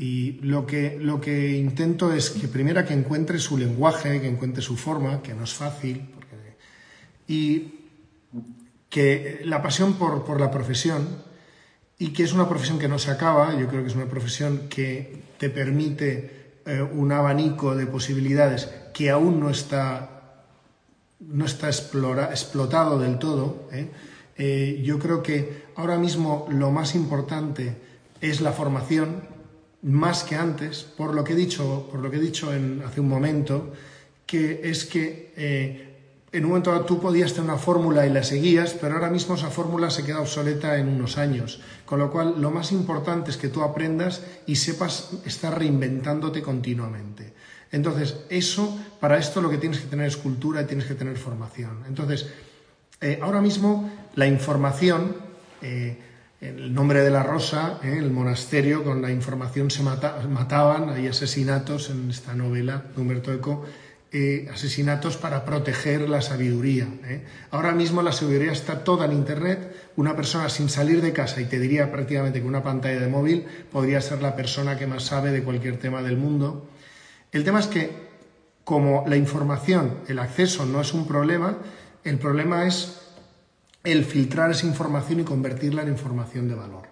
Y lo que, lo que intento es que primero que encuentre su lenguaje, que encuentre su forma, que no es fácil, porque, y que la pasión por, por la profesión, y que es una profesión que no se acaba. Yo creo que es una profesión que te permite eh, un abanico de posibilidades que aún no está, no está explora, explotado del todo, ¿eh? Eh, yo creo que ahora mismo lo más importante es la formación, más que antes, por lo que he dicho, por lo que he dicho en, hace un momento, que es que eh, en un momento dado tú podías tener una fórmula y la seguías, pero ahora mismo esa fórmula se queda obsoleta en unos años. Con lo cual, lo más importante es que tú aprendas y sepas estar reinventándote continuamente. Entonces, eso, para esto lo que tienes que tener es cultura y tienes que tener formación. Entonces, eh, ahora mismo la información, eh, el nombre de la rosa, eh, el monasterio, con la información se mata, mataban, hay asesinatos en esta novela de Humberto Eco, Eh, asesinatos para proteger la sabiduría. ¿eh? Ahora mismo la sabiduría está toda en Internet. Una persona sin salir de casa, y te diría prácticamente que una pantalla de móvil, podría ser la persona que más sabe de cualquier tema del mundo. El tema es que, como la información, el acceso no es un problema, el problema es el filtrar esa información y convertirla en información de valor.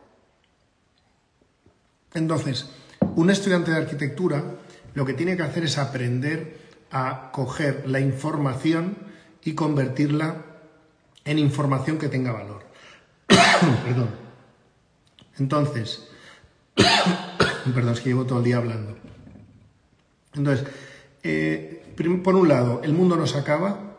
Entonces, un estudiante de arquitectura lo que tiene que hacer es aprender a coger la información y convertirla en información que tenga valor. Perdón. Entonces, perdón, es que llevo todo el día hablando. Entonces, eh, por un lado, el mundo no se acaba,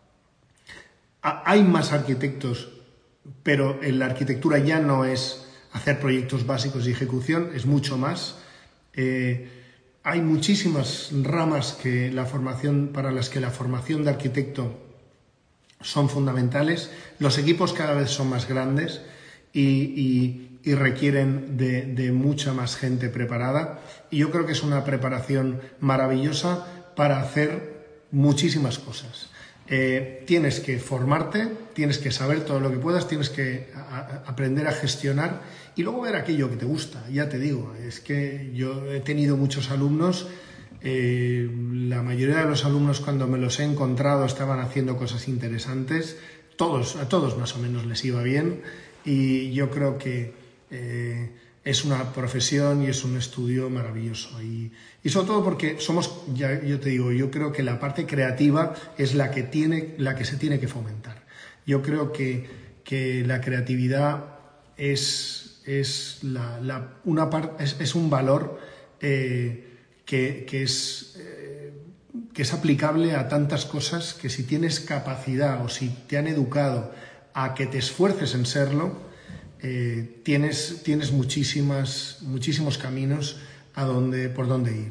hay más arquitectos, pero en la arquitectura ya no es hacer proyectos básicos y ejecución, es mucho más. Eh, Hay muchísimas ramas que la formación, para las que la formación de arquitecto son fundamentales. Los equipos cada vez son más grandes y, y, y requieren de, de mucha más gente preparada. Y yo creo que es una preparación maravillosa para hacer muchísimas cosas. Eh, tienes que formarte, tienes que saber todo lo que puedas, tienes que a, a aprender a gestionar y luego ver aquello que te gusta. Ya te digo, es que yo he tenido muchos alumnos, eh, la mayoría de los alumnos cuando me los he encontrado estaban haciendo cosas interesantes, todos, a todos más o menos les iba bien y yo creo que eh, es una profesión y es un estudio maravilloso y, y sobre todo porque somos, ya yo te digo, yo creo que la parte creativa es la que, tiene, la que se tiene que fomentar. Yo creo que, que la creatividad es, es, la, la, una part, es, es un valor eh, que, que, es, eh, que es aplicable a tantas cosas que si tienes capacidad o si te han educado a que te esfuerces en serlo, Eh, tienes, tienes muchísimas, muchísimos caminos a donde, por donde ir.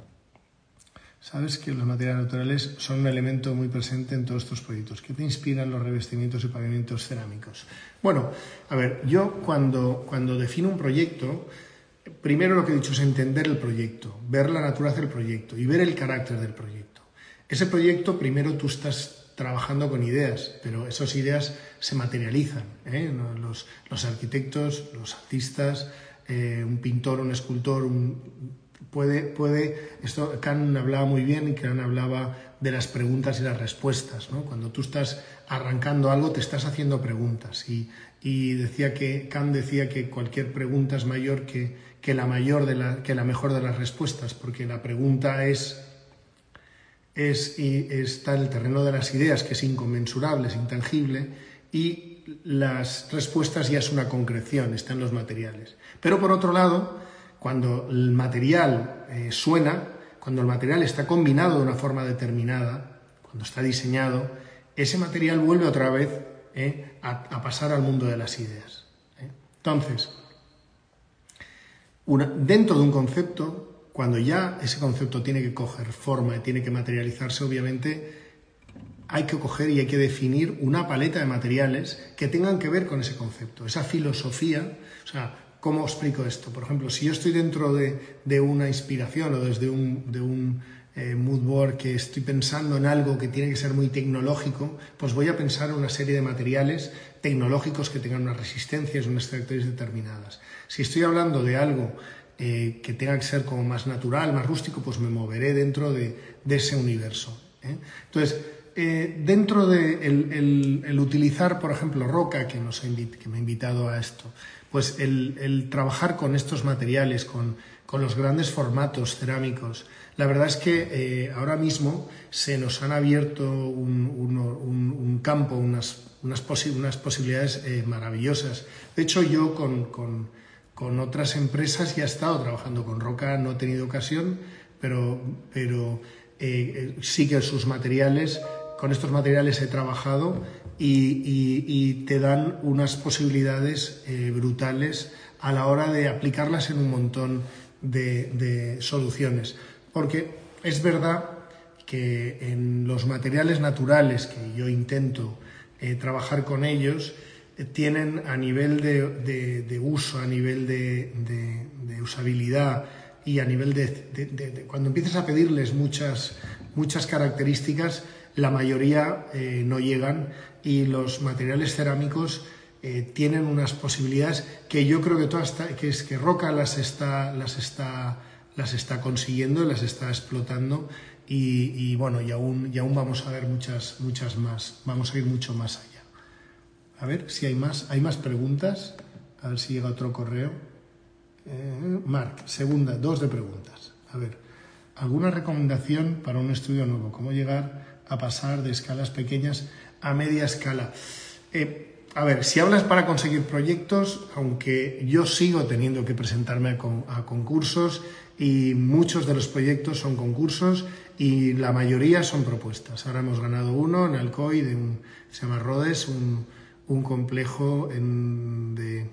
Sabes que los materiales naturales son un elemento muy presente en todos estos proyectos. ¿Qué te inspiran los revestimientos y pavimentos cerámicos? Bueno, a ver, yo cuando, cuando defino un proyecto, primero lo que he dicho es entender el proyecto, ver la naturaleza del proyecto y ver el carácter del proyecto. Ese proyecto, primero tú estás trabajando con ideas, pero esas ideas se materializan, ¿eh? los, los arquitectos, los artistas, eh, un pintor, un escultor, un, puede, puede, esto Kant hablaba muy bien y Kant hablaba de las preguntas y las respuestas, ¿no? Cuando tú estás arrancando algo te estás haciendo preguntas y, y decía que, Kant decía que cualquier pregunta es mayor que, que, la mayor de la, que la mejor de las respuestas, porque la pregunta es Es, y está en el terreno de las ideas, que es inconmensurable, es intangible, y las respuestas ya es una concreción, está en los materiales. Pero por otro lado, cuando el material eh, suena, cuando el material está combinado de una forma determinada, cuando está diseñado, ese material vuelve otra vez eh, a, a pasar al mundo de las ideas. ¿eh? Entonces, una, dentro de un concepto, cuando ya ese concepto tiene que coger forma y tiene que materializarse, obviamente hay que coger y hay que definir una paleta de materiales que tengan que ver con ese concepto, esa filosofía. O sea, ¿cómo explico esto? Por ejemplo, si yo estoy dentro de, de una inspiración o desde un, de un eh, mood board que estoy pensando en algo que tiene que ser muy tecnológico, pues voy a pensar en una serie de materiales tecnológicos que tengan unas resistencias, unas características determinadas. Si estoy hablando de algo eh, que tenga que ser como más natural, más rústico, pues me moveré dentro de, de ese universo, ¿eh? Entonces, eh, dentro de el, el, el utilizar, por ejemplo, roca, que, nos ha invit- que me ha invitado a esto, pues el, el trabajar con estos materiales, con, con los grandes formatos cerámicos, la verdad es que eh, ahora mismo se nos han abierto un, un, un, un campo, unas, unas, posi unas posibilidades eh, maravillosas. De hecho, yo con, con, con otras empresas ya he estado trabajando con roca, no he tenido ocasión, pero, pero eh, sí que sus materiales, con estos materiales he trabajado y, y, y te dan unas posibilidades eh, brutales a la hora de aplicarlas en un montón de, de soluciones. Porque es verdad que en los materiales naturales que yo intento eh, trabajar con ellos, eh, tienen a nivel de, de, de uso, a nivel de, de, de usabilidad y a nivel de, de, de, de... Cuando empiezas a pedirles muchas, muchas características, la mayoría eh, no llegan, y los materiales cerámicos eh, tienen unas posibilidades que yo creo que, todas que, es, que Roca las está... Las está las está consiguiendo, las está explotando y, y bueno, y aún, y aún vamos a ver muchas, muchas más, vamos a ir mucho más allá. A ver si hay más, hay más preguntas, a ver si llega otro correo. Eh, Marc, segunda, dos de preguntas. A ver, ¿alguna recomendación para un estudio nuevo? ¿Cómo llegar a pasar de escalas pequeñas a media escala? Eh, A ver, si hablas para conseguir proyectos, aunque yo sigo teniendo que presentarme a, con, a concursos, y muchos de los proyectos son concursos y la mayoría son propuestas. Ahora hemos ganado uno en Alcoy, de un, se llama Rhodes, un, un complejo en, de,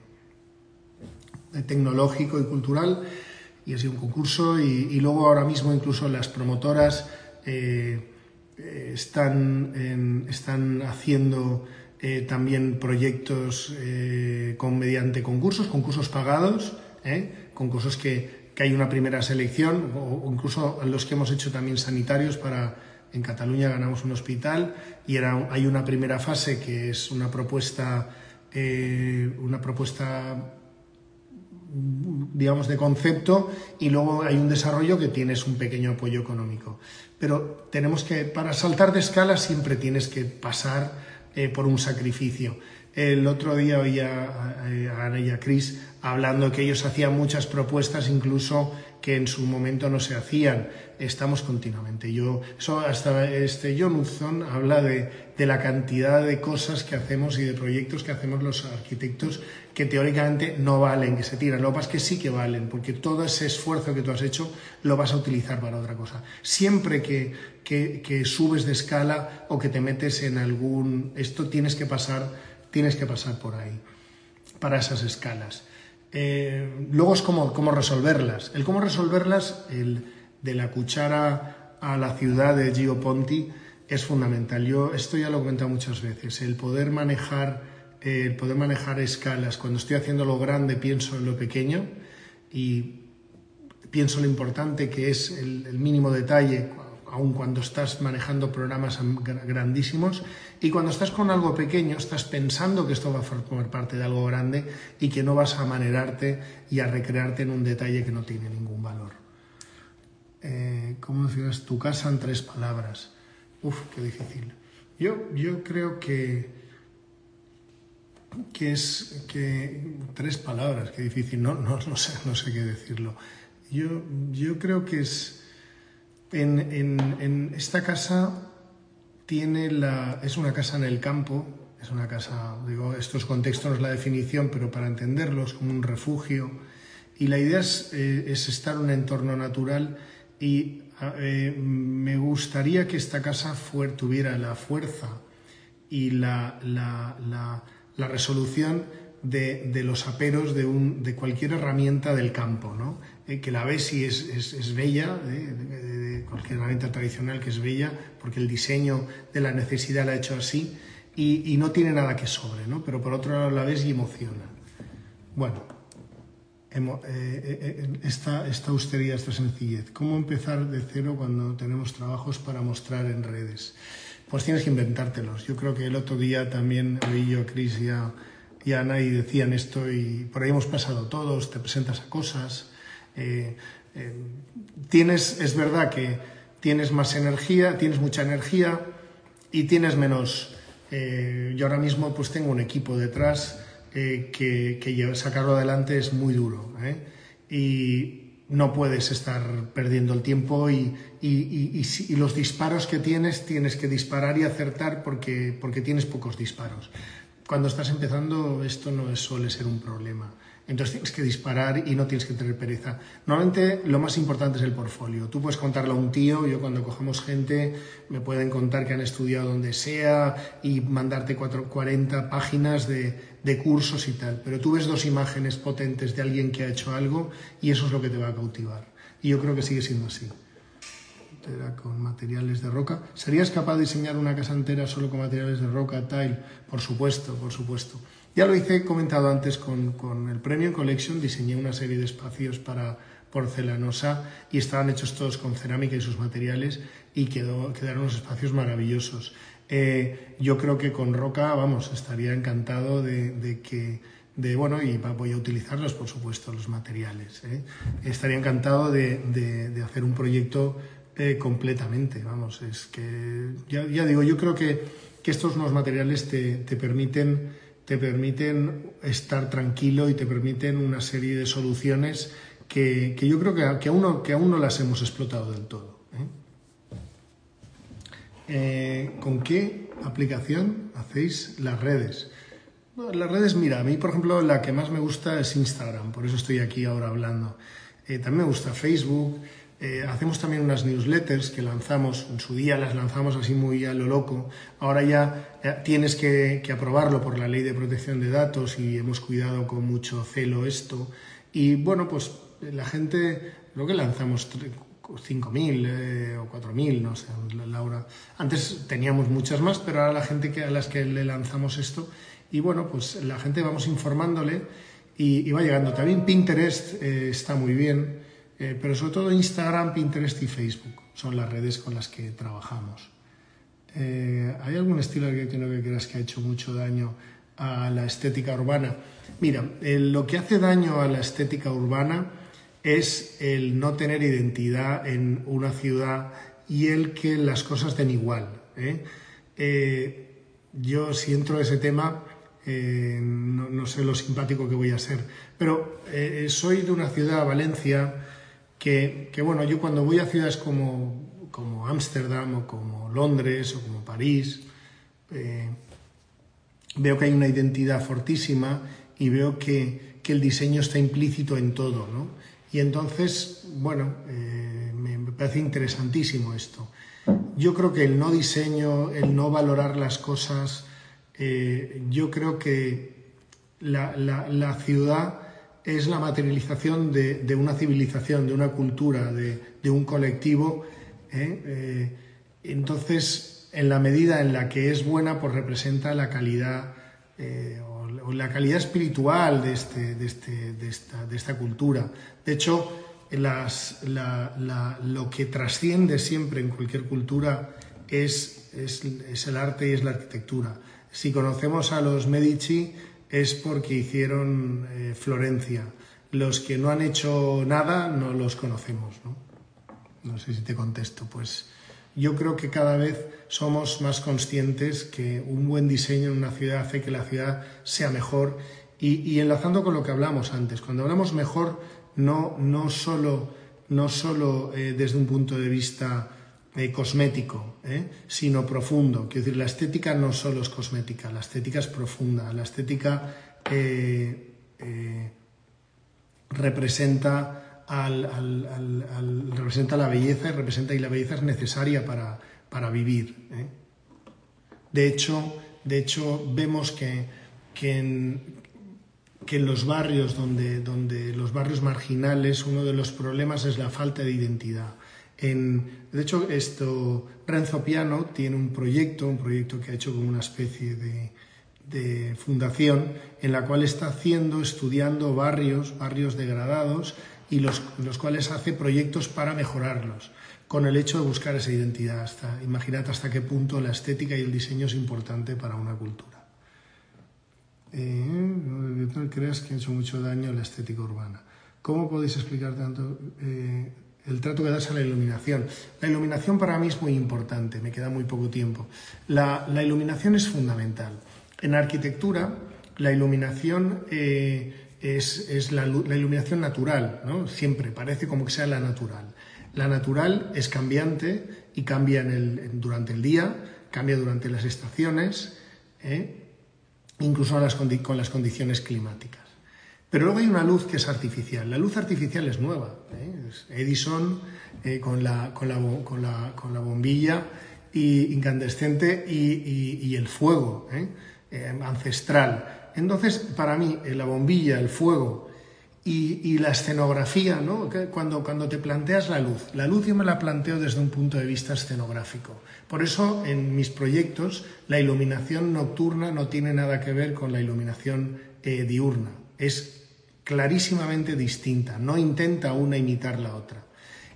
de tecnológico y cultural, y ha sido un concurso, y, y luego ahora mismo incluso las promotoras eh, están, en, están haciendo eh, también proyectos eh, con, mediante concursos, concursos pagados, eh, concursos que, que hay una primera selección, o, o incluso los que hemos hecho también sanitarios. Para, en Cataluña ganamos un hospital y era, hay una primera fase que es una propuesta, eh, una propuesta digamos de concepto, y luego hay un desarrollo que tienes un pequeño apoyo económico. Pero tenemos que, para saltar de escala siempre tienes que pasar eh, por un sacrificio. El otro día oía a Ana y a Chris hablando que ellos hacían muchas propuestas, incluso que en su momento no se hacían. Estamos continuamente. Yo, eso hasta este John Hudson habla de, de la cantidad de cosas que hacemos y de proyectos que hacemos los arquitectos que teóricamente no valen, que se tiran. Lo que pasa es que sí que valen, porque todo ese esfuerzo que tú has hecho lo vas a utilizar para otra cosa. Siempre que, que, que subes de escala o que te metes en algún... Esto tienes que pasar, tienes que pasar por ahí, para esas escalas. Eh, luego es cómo, cómo resolverlas. El cómo resolverlas, el de la cuchara a la ciudad de Gio Ponti, es fundamental. Yo esto ya lo he comentado muchas veces. El poder manejar, eh, el poder manejar escalas. Cuando estoy haciendo lo grande pienso en lo pequeño y pienso lo importante que es el, el mínimo detalle, aun cuando estás manejando programas grandísimos, y cuando estás con algo pequeño estás pensando que esto va a formar parte de algo grande y que no vas a manerarte y a recrearte en un detalle que no tiene ningún valor. Eh, ¿Cómo decías tu casa en tres palabras? Uf, qué difícil. Yo, yo creo que, que es que tres palabras, qué difícil, no, no, no sé, no sé qué decirlo. Yo, yo creo que es... En, en, en esta casa tiene la, es una casa en el campo, es una casa, digo, estos contextos no es la definición, pero para entenderlos, como un refugio, y la idea es, eh, es estar en un entorno natural, y eh, me gustaría que esta casa fuera, tuviera la fuerza y la, la, la, la resolución de, de los aperos de, un, de cualquier herramienta del campo, ¿no? Eh, que la ves y es, es, es bella, ¿eh? de, de, de cualquier herramienta tradicional que es bella, porque el diseño de la necesidad la ha hecho así, y, y no tiene nada que sobre, ¿no? Pero por otro lado la ves y emociona. Bueno, emo, eh, eh, esta, esta austeridad, esta sencillez. ¿Cómo empezar de cero cuando tenemos trabajos para mostrar en redes? Pues tienes que inventártelos. Yo creo que el otro día también oí yo a Chris y a, y a Ana y decían esto, y por ahí hemos pasado todos, te presentas a cosas. Eh, eh, tienes, es verdad que tienes más energía, tienes mucha energía y tienes menos... Eh, yo ahora mismo pues tengo un equipo detrás eh, que, que sacarlo adelante es muy duro, ¿eh? Y no puedes estar perdiendo el tiempo y, y, y, y, y los disparos que tienes, tienes que disparar y acertar porque, porque tienes pocos disparos. Cuando estás empezando esto no es, suele ser un problema. Entonces tienes que disparar y no tienes que tener pereza. Normalmente lo más importante es el portfolio. Tú puedes contarlo a un tío, yo cuando cogemos gente me pueden contar que han estudiado donde sea y mandarte cuatro, cuarenta páginas de, de cursos y tal. Pero tú ves dos imágenes potentes de alguien que ha hecho algo y eso es lo que te va a cautivar. Y yo creo que sigue siendo así. Era con materiales de roca. ¿Serías capaz de diseñar una casa entera solo con materiales de roca, tile? Por supuesto, por supuesto. Ya lo hice, he comentado antes con, con el Premium Collection, diseñé una serie de espacios para porcelanosa y estaban hechos todos con cerámica y sus materiales y quedó, quedaron unos espacios maravillosos. Eh, yo creo que con roca, vamos, estaría encantado de, de que, de, bueno, y voy a utilizarlos, por supuesto, los materiales. ¿eh? Estaría encantado de, de, de hacer un proyecto eh, completamente, vamos, es que, ya, ya digo, yo creo que, que estos nuevos materiales te, te permiten... te permiten estar tranquilo y te permiten una serie de soluciones que, que yo creo que, que, aún no, que aún no las hemos explotado del todo. ¿eh? Eh, ¿Con qué aplicación hacéis las redes? Bueno, las redes, mira, a mí por ejemplo la que más me gusta es Instagram, por eso estoy aquí ahora hablando. Eh, también me gusta Facebook. Eh, hacemos también unas newsletters que lanzamos, en su día las lanzamos así muy a lo loco, ahora ya, ya tienes que, que aprobarlo por la ley de protección de datos y hemos cuidado con mucho celo esto y bueno, pues la gente, creo que lanzamos cinco mil eh, o cuatro mil, no sé, Laura, antes teníamos muchas más, pero ahora la gente que, a las que le lanzamos esto y bueno, pues la gente vamos informándole y, y va llegando. También Pinterest eh, está muy bien. Eh, pero sobre todo Instagram, Pinterest y Facebook son las redes con las que trabajamos. Eh, ¿Hay algún estilo arquitectónico que creas que ha hecho mucho daño a la estética urbana? Mira, eh, lo que hace daño a la estética urbana es el no tener identidad en una ciudad y el que las cosas den igual. ¿eh? Eh, yo si entro en ese tema... Eh, no, no sé lo simpático que voy a ser, pero eh, soy de una ciudad, Valencia, que, que bueno, yo cuando voy a ciudades como, como Ámsterdam o como Londres o como París, eh, veo que hay una identidad fortísima y veo que, que el diseño está implícito en todo, ¿no? Y entonces, bueno, eh, me, me parece interesantísimo esto. Yo creo que el no diseño, el no valorar las cosas, eh, yo creo que la, la, la ciudad es la materialización de, de una civilización, de una cultura, de, de un colectivo. ¿eh? Eh, entonces, en la medida en la que es buena, pues representa la calidad eh, o, o la calidad espiritual de, este, de, este, de, esta, de esta cultura. De hecho, las, la, la, lo que trasciende siempre en cualquier cultura es, es, es el arte y es la arquitectura. Si conocemos a los Medici es porque hicieron eh, Florencia. Los que no han hecho nada no los conocemos, ¿no? No sé si te contesto. Pues yo creo que cada vez somos más conscientes que un buen diseño en una ciudad hace que la ciudad sea mejor. Y, y enlazando con lo que hablamos antes, cuando hablamos mejor, no, no solo, no solo eh, desde un punto de vista Eh, cosmético, eh, sino profundo. Quiero decir, la estética no solo es cosmética, la estética es profunda, la estética eh, eh, representa, al, al, al, al, representa la belleza y, representa, y la belleza es necesaria para, para vivir. Eh. De hecho, de hecho, vemos que, que, en, que en los barrios, donde, donde los barrios marginales, uno de los problemas es la falta de identidad. En, de hecho, esto, Renzo Piano tiene un proyecto, un proyecto que ha hecho como una especie de, de fundación en la cual está haciendo, estudiando barrios, barrios degradados y los, los cuales hace proyectos para mejorarlos, con el hecho de buscar esa identidad. Hasta, imaginad hasta qué punto la estética y el diseño es importante para una cultura. Eh, ¿No crees que ha hecho mucho daño a la estética urbana? ¿Cómo podéis explicar tanto eh, el trato que das a la iluminación? La iluminación para mí es muy importante, me queda muy poco tiempo. La, la iluminación es fundamental. En arquitectura, la iluminación eh, es, es la, la iluminación natural, ¿no? Siempre, parece como que sea la natural. La natural es cambiante y cambia en el, durante el día, cambia durante las estaciones, ¿eh? incluso las, con las condiciones climáticas. Pero luego hay una luz que es artificial. La luz artificial es nueva. ¿eh? Es Edison eh, con, la, con, la, con, la, con la bombilla y, incandescente y, y, y el fuego ¿eh? Eh, ancestral. Entonces, para mí, la bombilla, el fuego y, y la escenografía, ¿no? cuando, cuando te planteas la luz, la luz yo me la planteo desde un punto de vista escenográfico. Por eso, en mis proyectos, la iluminación nocturna no tiene nada que ver con la iluminación eh, diurna. Es clarísimamente distinta, no intenta una imitar la otra.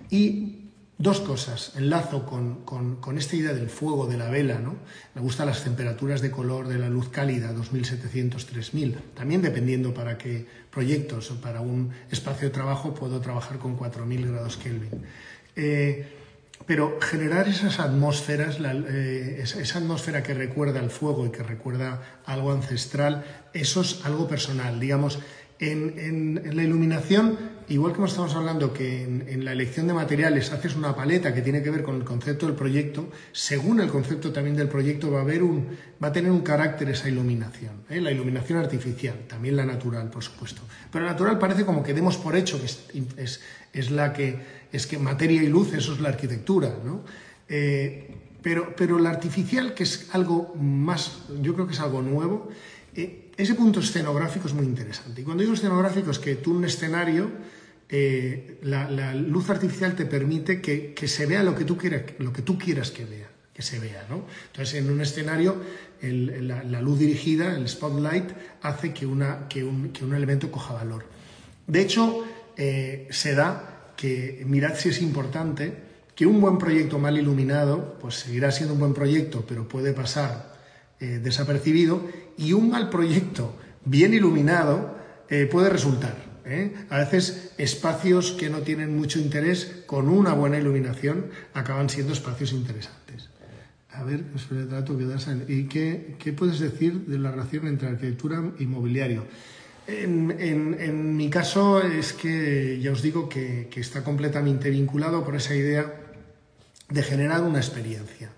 Y dos cosas, enlazo con, con, con esta idea del fuego, de la vela, ¿no? Me gustan las temperaturas de color de la luz cálida, dos mil setecientos a tres mil, también dependiendo para qué proyectos, para un espacio de trabajo puedo trabajar con cuatro mil grados Kelvin. Eh, pero generar esas atmósferas, la, eh, esa, esa atmósfera que recuerda al fuego y que recuerda algo ancestral, eso es algo personal, digamos. En, en, en la iluminación, igual que estamos hablando que en, en la elección de materiales haces una paleta que tiene que ver con el concepto del proyecto, según el concepto también del proyecto va a, haber un, va a tener un carácter esa iluminación, ¿eh? La iluminación artificial, también la natural, por supuesto. Pero la natural parece como que demos por hecho que es, es, es la que, es que materia y luz, eso es la arquitectura, ¿no? Eh, pero, pero la artificial, que es algo más, yo creo que es algo nuevo, eh, ese punto escenográfico es muy interesante. Y cuando digo escenográfico es que tú en un escenario, eh, la, la luz artificial te permite que, que se vea lo que, tú quieras, lo que tú quieras que vea, que se vea, ¿no? Entonces en un escenario el, la, la luz dirigida, el spotlight, hace que, una, que, un, que un elemento coja valor. De hecho, eh, se da que, mirad si es importante, que un buen proyecto mal iluminado, pues seguirá siendo un buen proyecto, pero puede pasar Eh, desapercibido, y un mal proyecto bien iluminado eh, puede resultar. ¿eh? A veces espacios que no tienen mucho interés con una buena iluminación acaban siendo espacios interesantes. A ver, sobre el trato que das. ¿Y qué, qué puedes decir de la relación entre arquitectura y mobiliario? En, en, en mi caso es que ya os digo que, que está completamente vinculado por esa idea de generar una experiencia.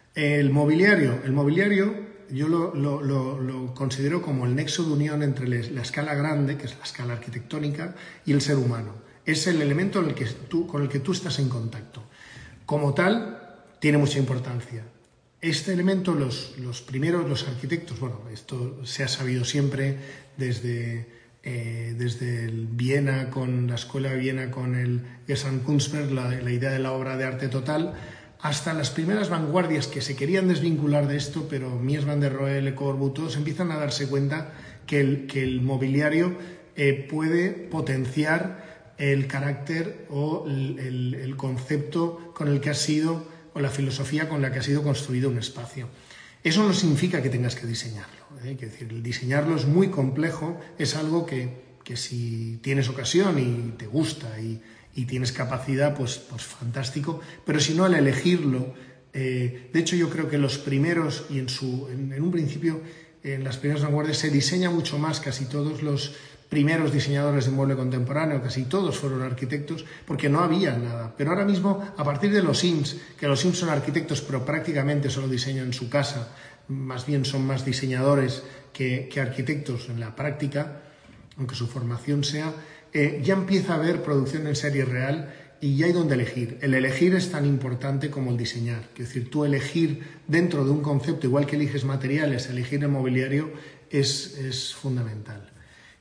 El mobiliario, el mobiliario yo lo, lo, lo, lo considero como el nexo de unión entre la escala grande, que es la escala arquitectónica, y el ser humano. Es el elemento en el que tú, con el que tú estás en contacto. Como tal, tiene mucha importancia. Este elemento, los, los primeros, los arquitectos, bueno, esto se ha sabido siempre desde, eh, desde el Viena, con la Escuela de Viena, con el Gesamtkunstwerk, la, la idea de la obra de arte total, hasta las primeras vanguardias que se querían desvincular de esto, pero Mies van der Rohe, Le Corbusier, todos empiezan a darse cuenta que el, que el mobiliario eh, puede potenciar el carácter o el, el, el concepto con el que ha sido, o la filosofía con la que ha sido construido un espacio. Eso no significa que tengas que diseñarlo, ¿eh? Es decir, el diseñarlo es muy complejo, es algo que, que si tienes ocasión y te gusta y y tienes capacidad, pues, pues fantástico, pero si no, al elegirlo, eh, de hecho yo creo que los primeros, y en, su, en, en un principio, en las primeras vanguardias se diseña mucho más, casi todos los primeros diseñadores de mueble contemporáneo, casi todos fueron arquitectos, porque no había nada. Pero ahora mismo, a partir de los Sims, que los Sims son arquitectos, pero prácticamente solo diseñan en su casa, más bien son más diseñadores que, que arquitectos en la práctica, aunque su formación sea, eh, ya empieza a haber producción en serie real y ya hay donde elegir. El elegir es tan importante como el diseñar. Es decir, tú elegir dentro de un concepto, igual que eliges materiales, elegir el mobiliario es, es fundamental.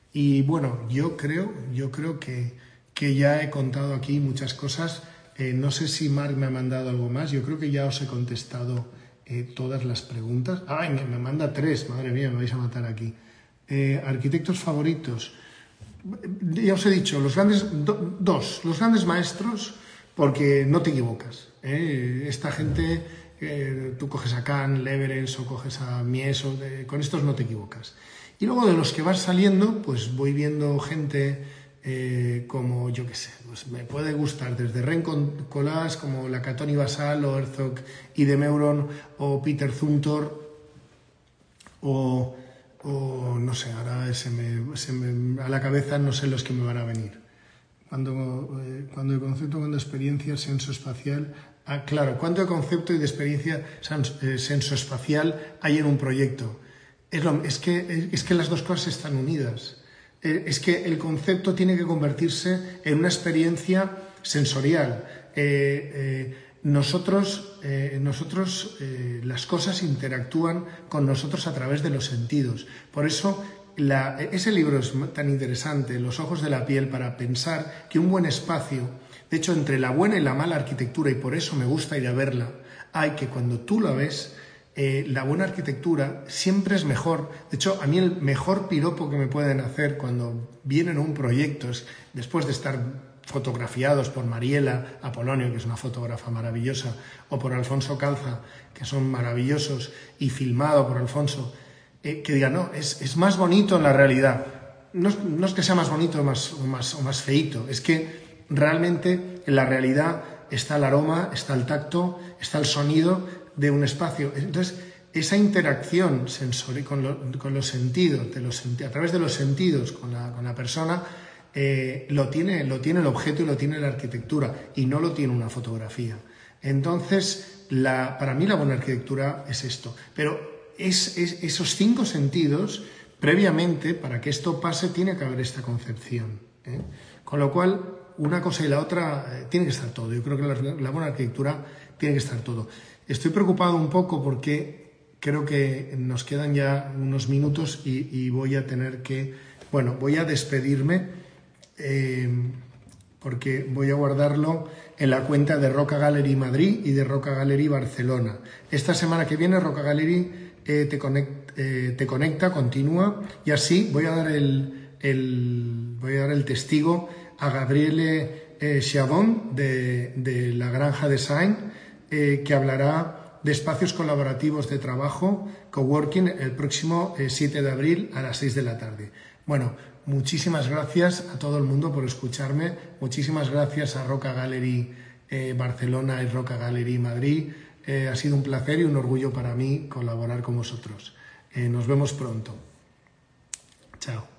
Y bueno, yo creo, yo creo que, que ya he contado aquí muchas cosas. Eh, no sé si Marc me ha mandado algo más. Yo creo que ya os he contestado eh, todas las preguntas. ¡Ay, me, me manda tres! Madre mía, me vais a matar aquí. Eh, arquitectos favoritos. Ya os he dicho, los grandes, do, dos, los grandes maestros, porque no te equivocas. ¿eh? Esta gente, eh, tú coges a Kahn, Leverens o coges a Mies, o de, con estos no te equivocas. Y luego de los que vas saliendo, pues voy viendo gente eh, como, yo qué sé, pues me puede gustar desde Ren Koolhaas, como Lakatoni Basal, o Herzog y de Meuron, o Peter Zumthor, o, o no sé, ahora se me, se me, a la cabeza no sé los que me van a venir. Cuando, eh, cuando el concepto, cuando experiencia sensoespacial, ah, claro, cuánto de concepto y de experiencia eh, sensoespacial hay en un proyecto. Es, lo, es, que, es que las dos cosas están unidas. Eh, es que el concepto tiene que convertirse en una experiencia sensorial. Eh, eh, nosotros, eh, nosotros eh, las cosas interactúan con nosotros a través de los sentidos. Por eso la, ese libro es tan interesante, Los ojos de la piel, para pensar que un buen espacio, de hecho entre la buena y la mala arquitectura, y por eso me gusta ir a verla, hay que cuando tú la ves, Eh, la buena arquitectura siempre es mejor. De hecho, a mí el mejor piropo que me pueden hacer cuando vienen a un proyecto es, después de estar fotografiados por Mariela Apolonio, que es una fotógrafa maravillosa, o por Alfonso Calza, que son maravillosos, y filmado por Alfonso, eh, que digan, no, es, es más bonito en la realidad. No, no es que sea más bonito o más, o, más, o más feíto, es que realmente en la realidad está el aroma, está el tacto, está el sonido de un espacio. Entonces, esa interacción sensorial con, lo, con los sentidos, de los, a través de los sentidos con la, con la persona, eh, lo, tiene, lo tiene el objeto y lo tiene la arquitectura, y no lo tiene una fotografía. Entonces, la, para mí la buena arquitectura es esto. Pero es, es, esos cinco sentidos, previamente, para que esto pase, tiene que haber esta concepción, ¿eh? Con lo cual, una cosa y la otra eh, tiene que estar todo. Yo creo que la, la buena arquitectura tiene que estar todo. Estoy preocupado un poco porque creo que nos quedan ya unos minutos y, y voy a tener que, bueno, voy a despedirme eh, porque voy a guardarlo en la cuenta de Roca Gallery Madrid y de Roca Gallery Barcelona. Esta semana que viene Roca Gallery eh, te, conect, eh, te conecta, continúa, y así voy a dar el, el, voy a dar el testigo a Gabriele eh, Chabon de, de la Granja Design, Eh, que hablará de espacios colaborativos de trabajo, coworking, el próximo eh, siete de abril a las seis de la tarde. Bueno, muchísimas gracias a todo el mundo por escucharme, muchísimas gracias a Roca Gallery eh, Barcelona y Roca Gallery Madrid. Eh, ha sido un placer y un orgullo para mí colaborar con vosotros. Eh, nos vemos pronto. Chao.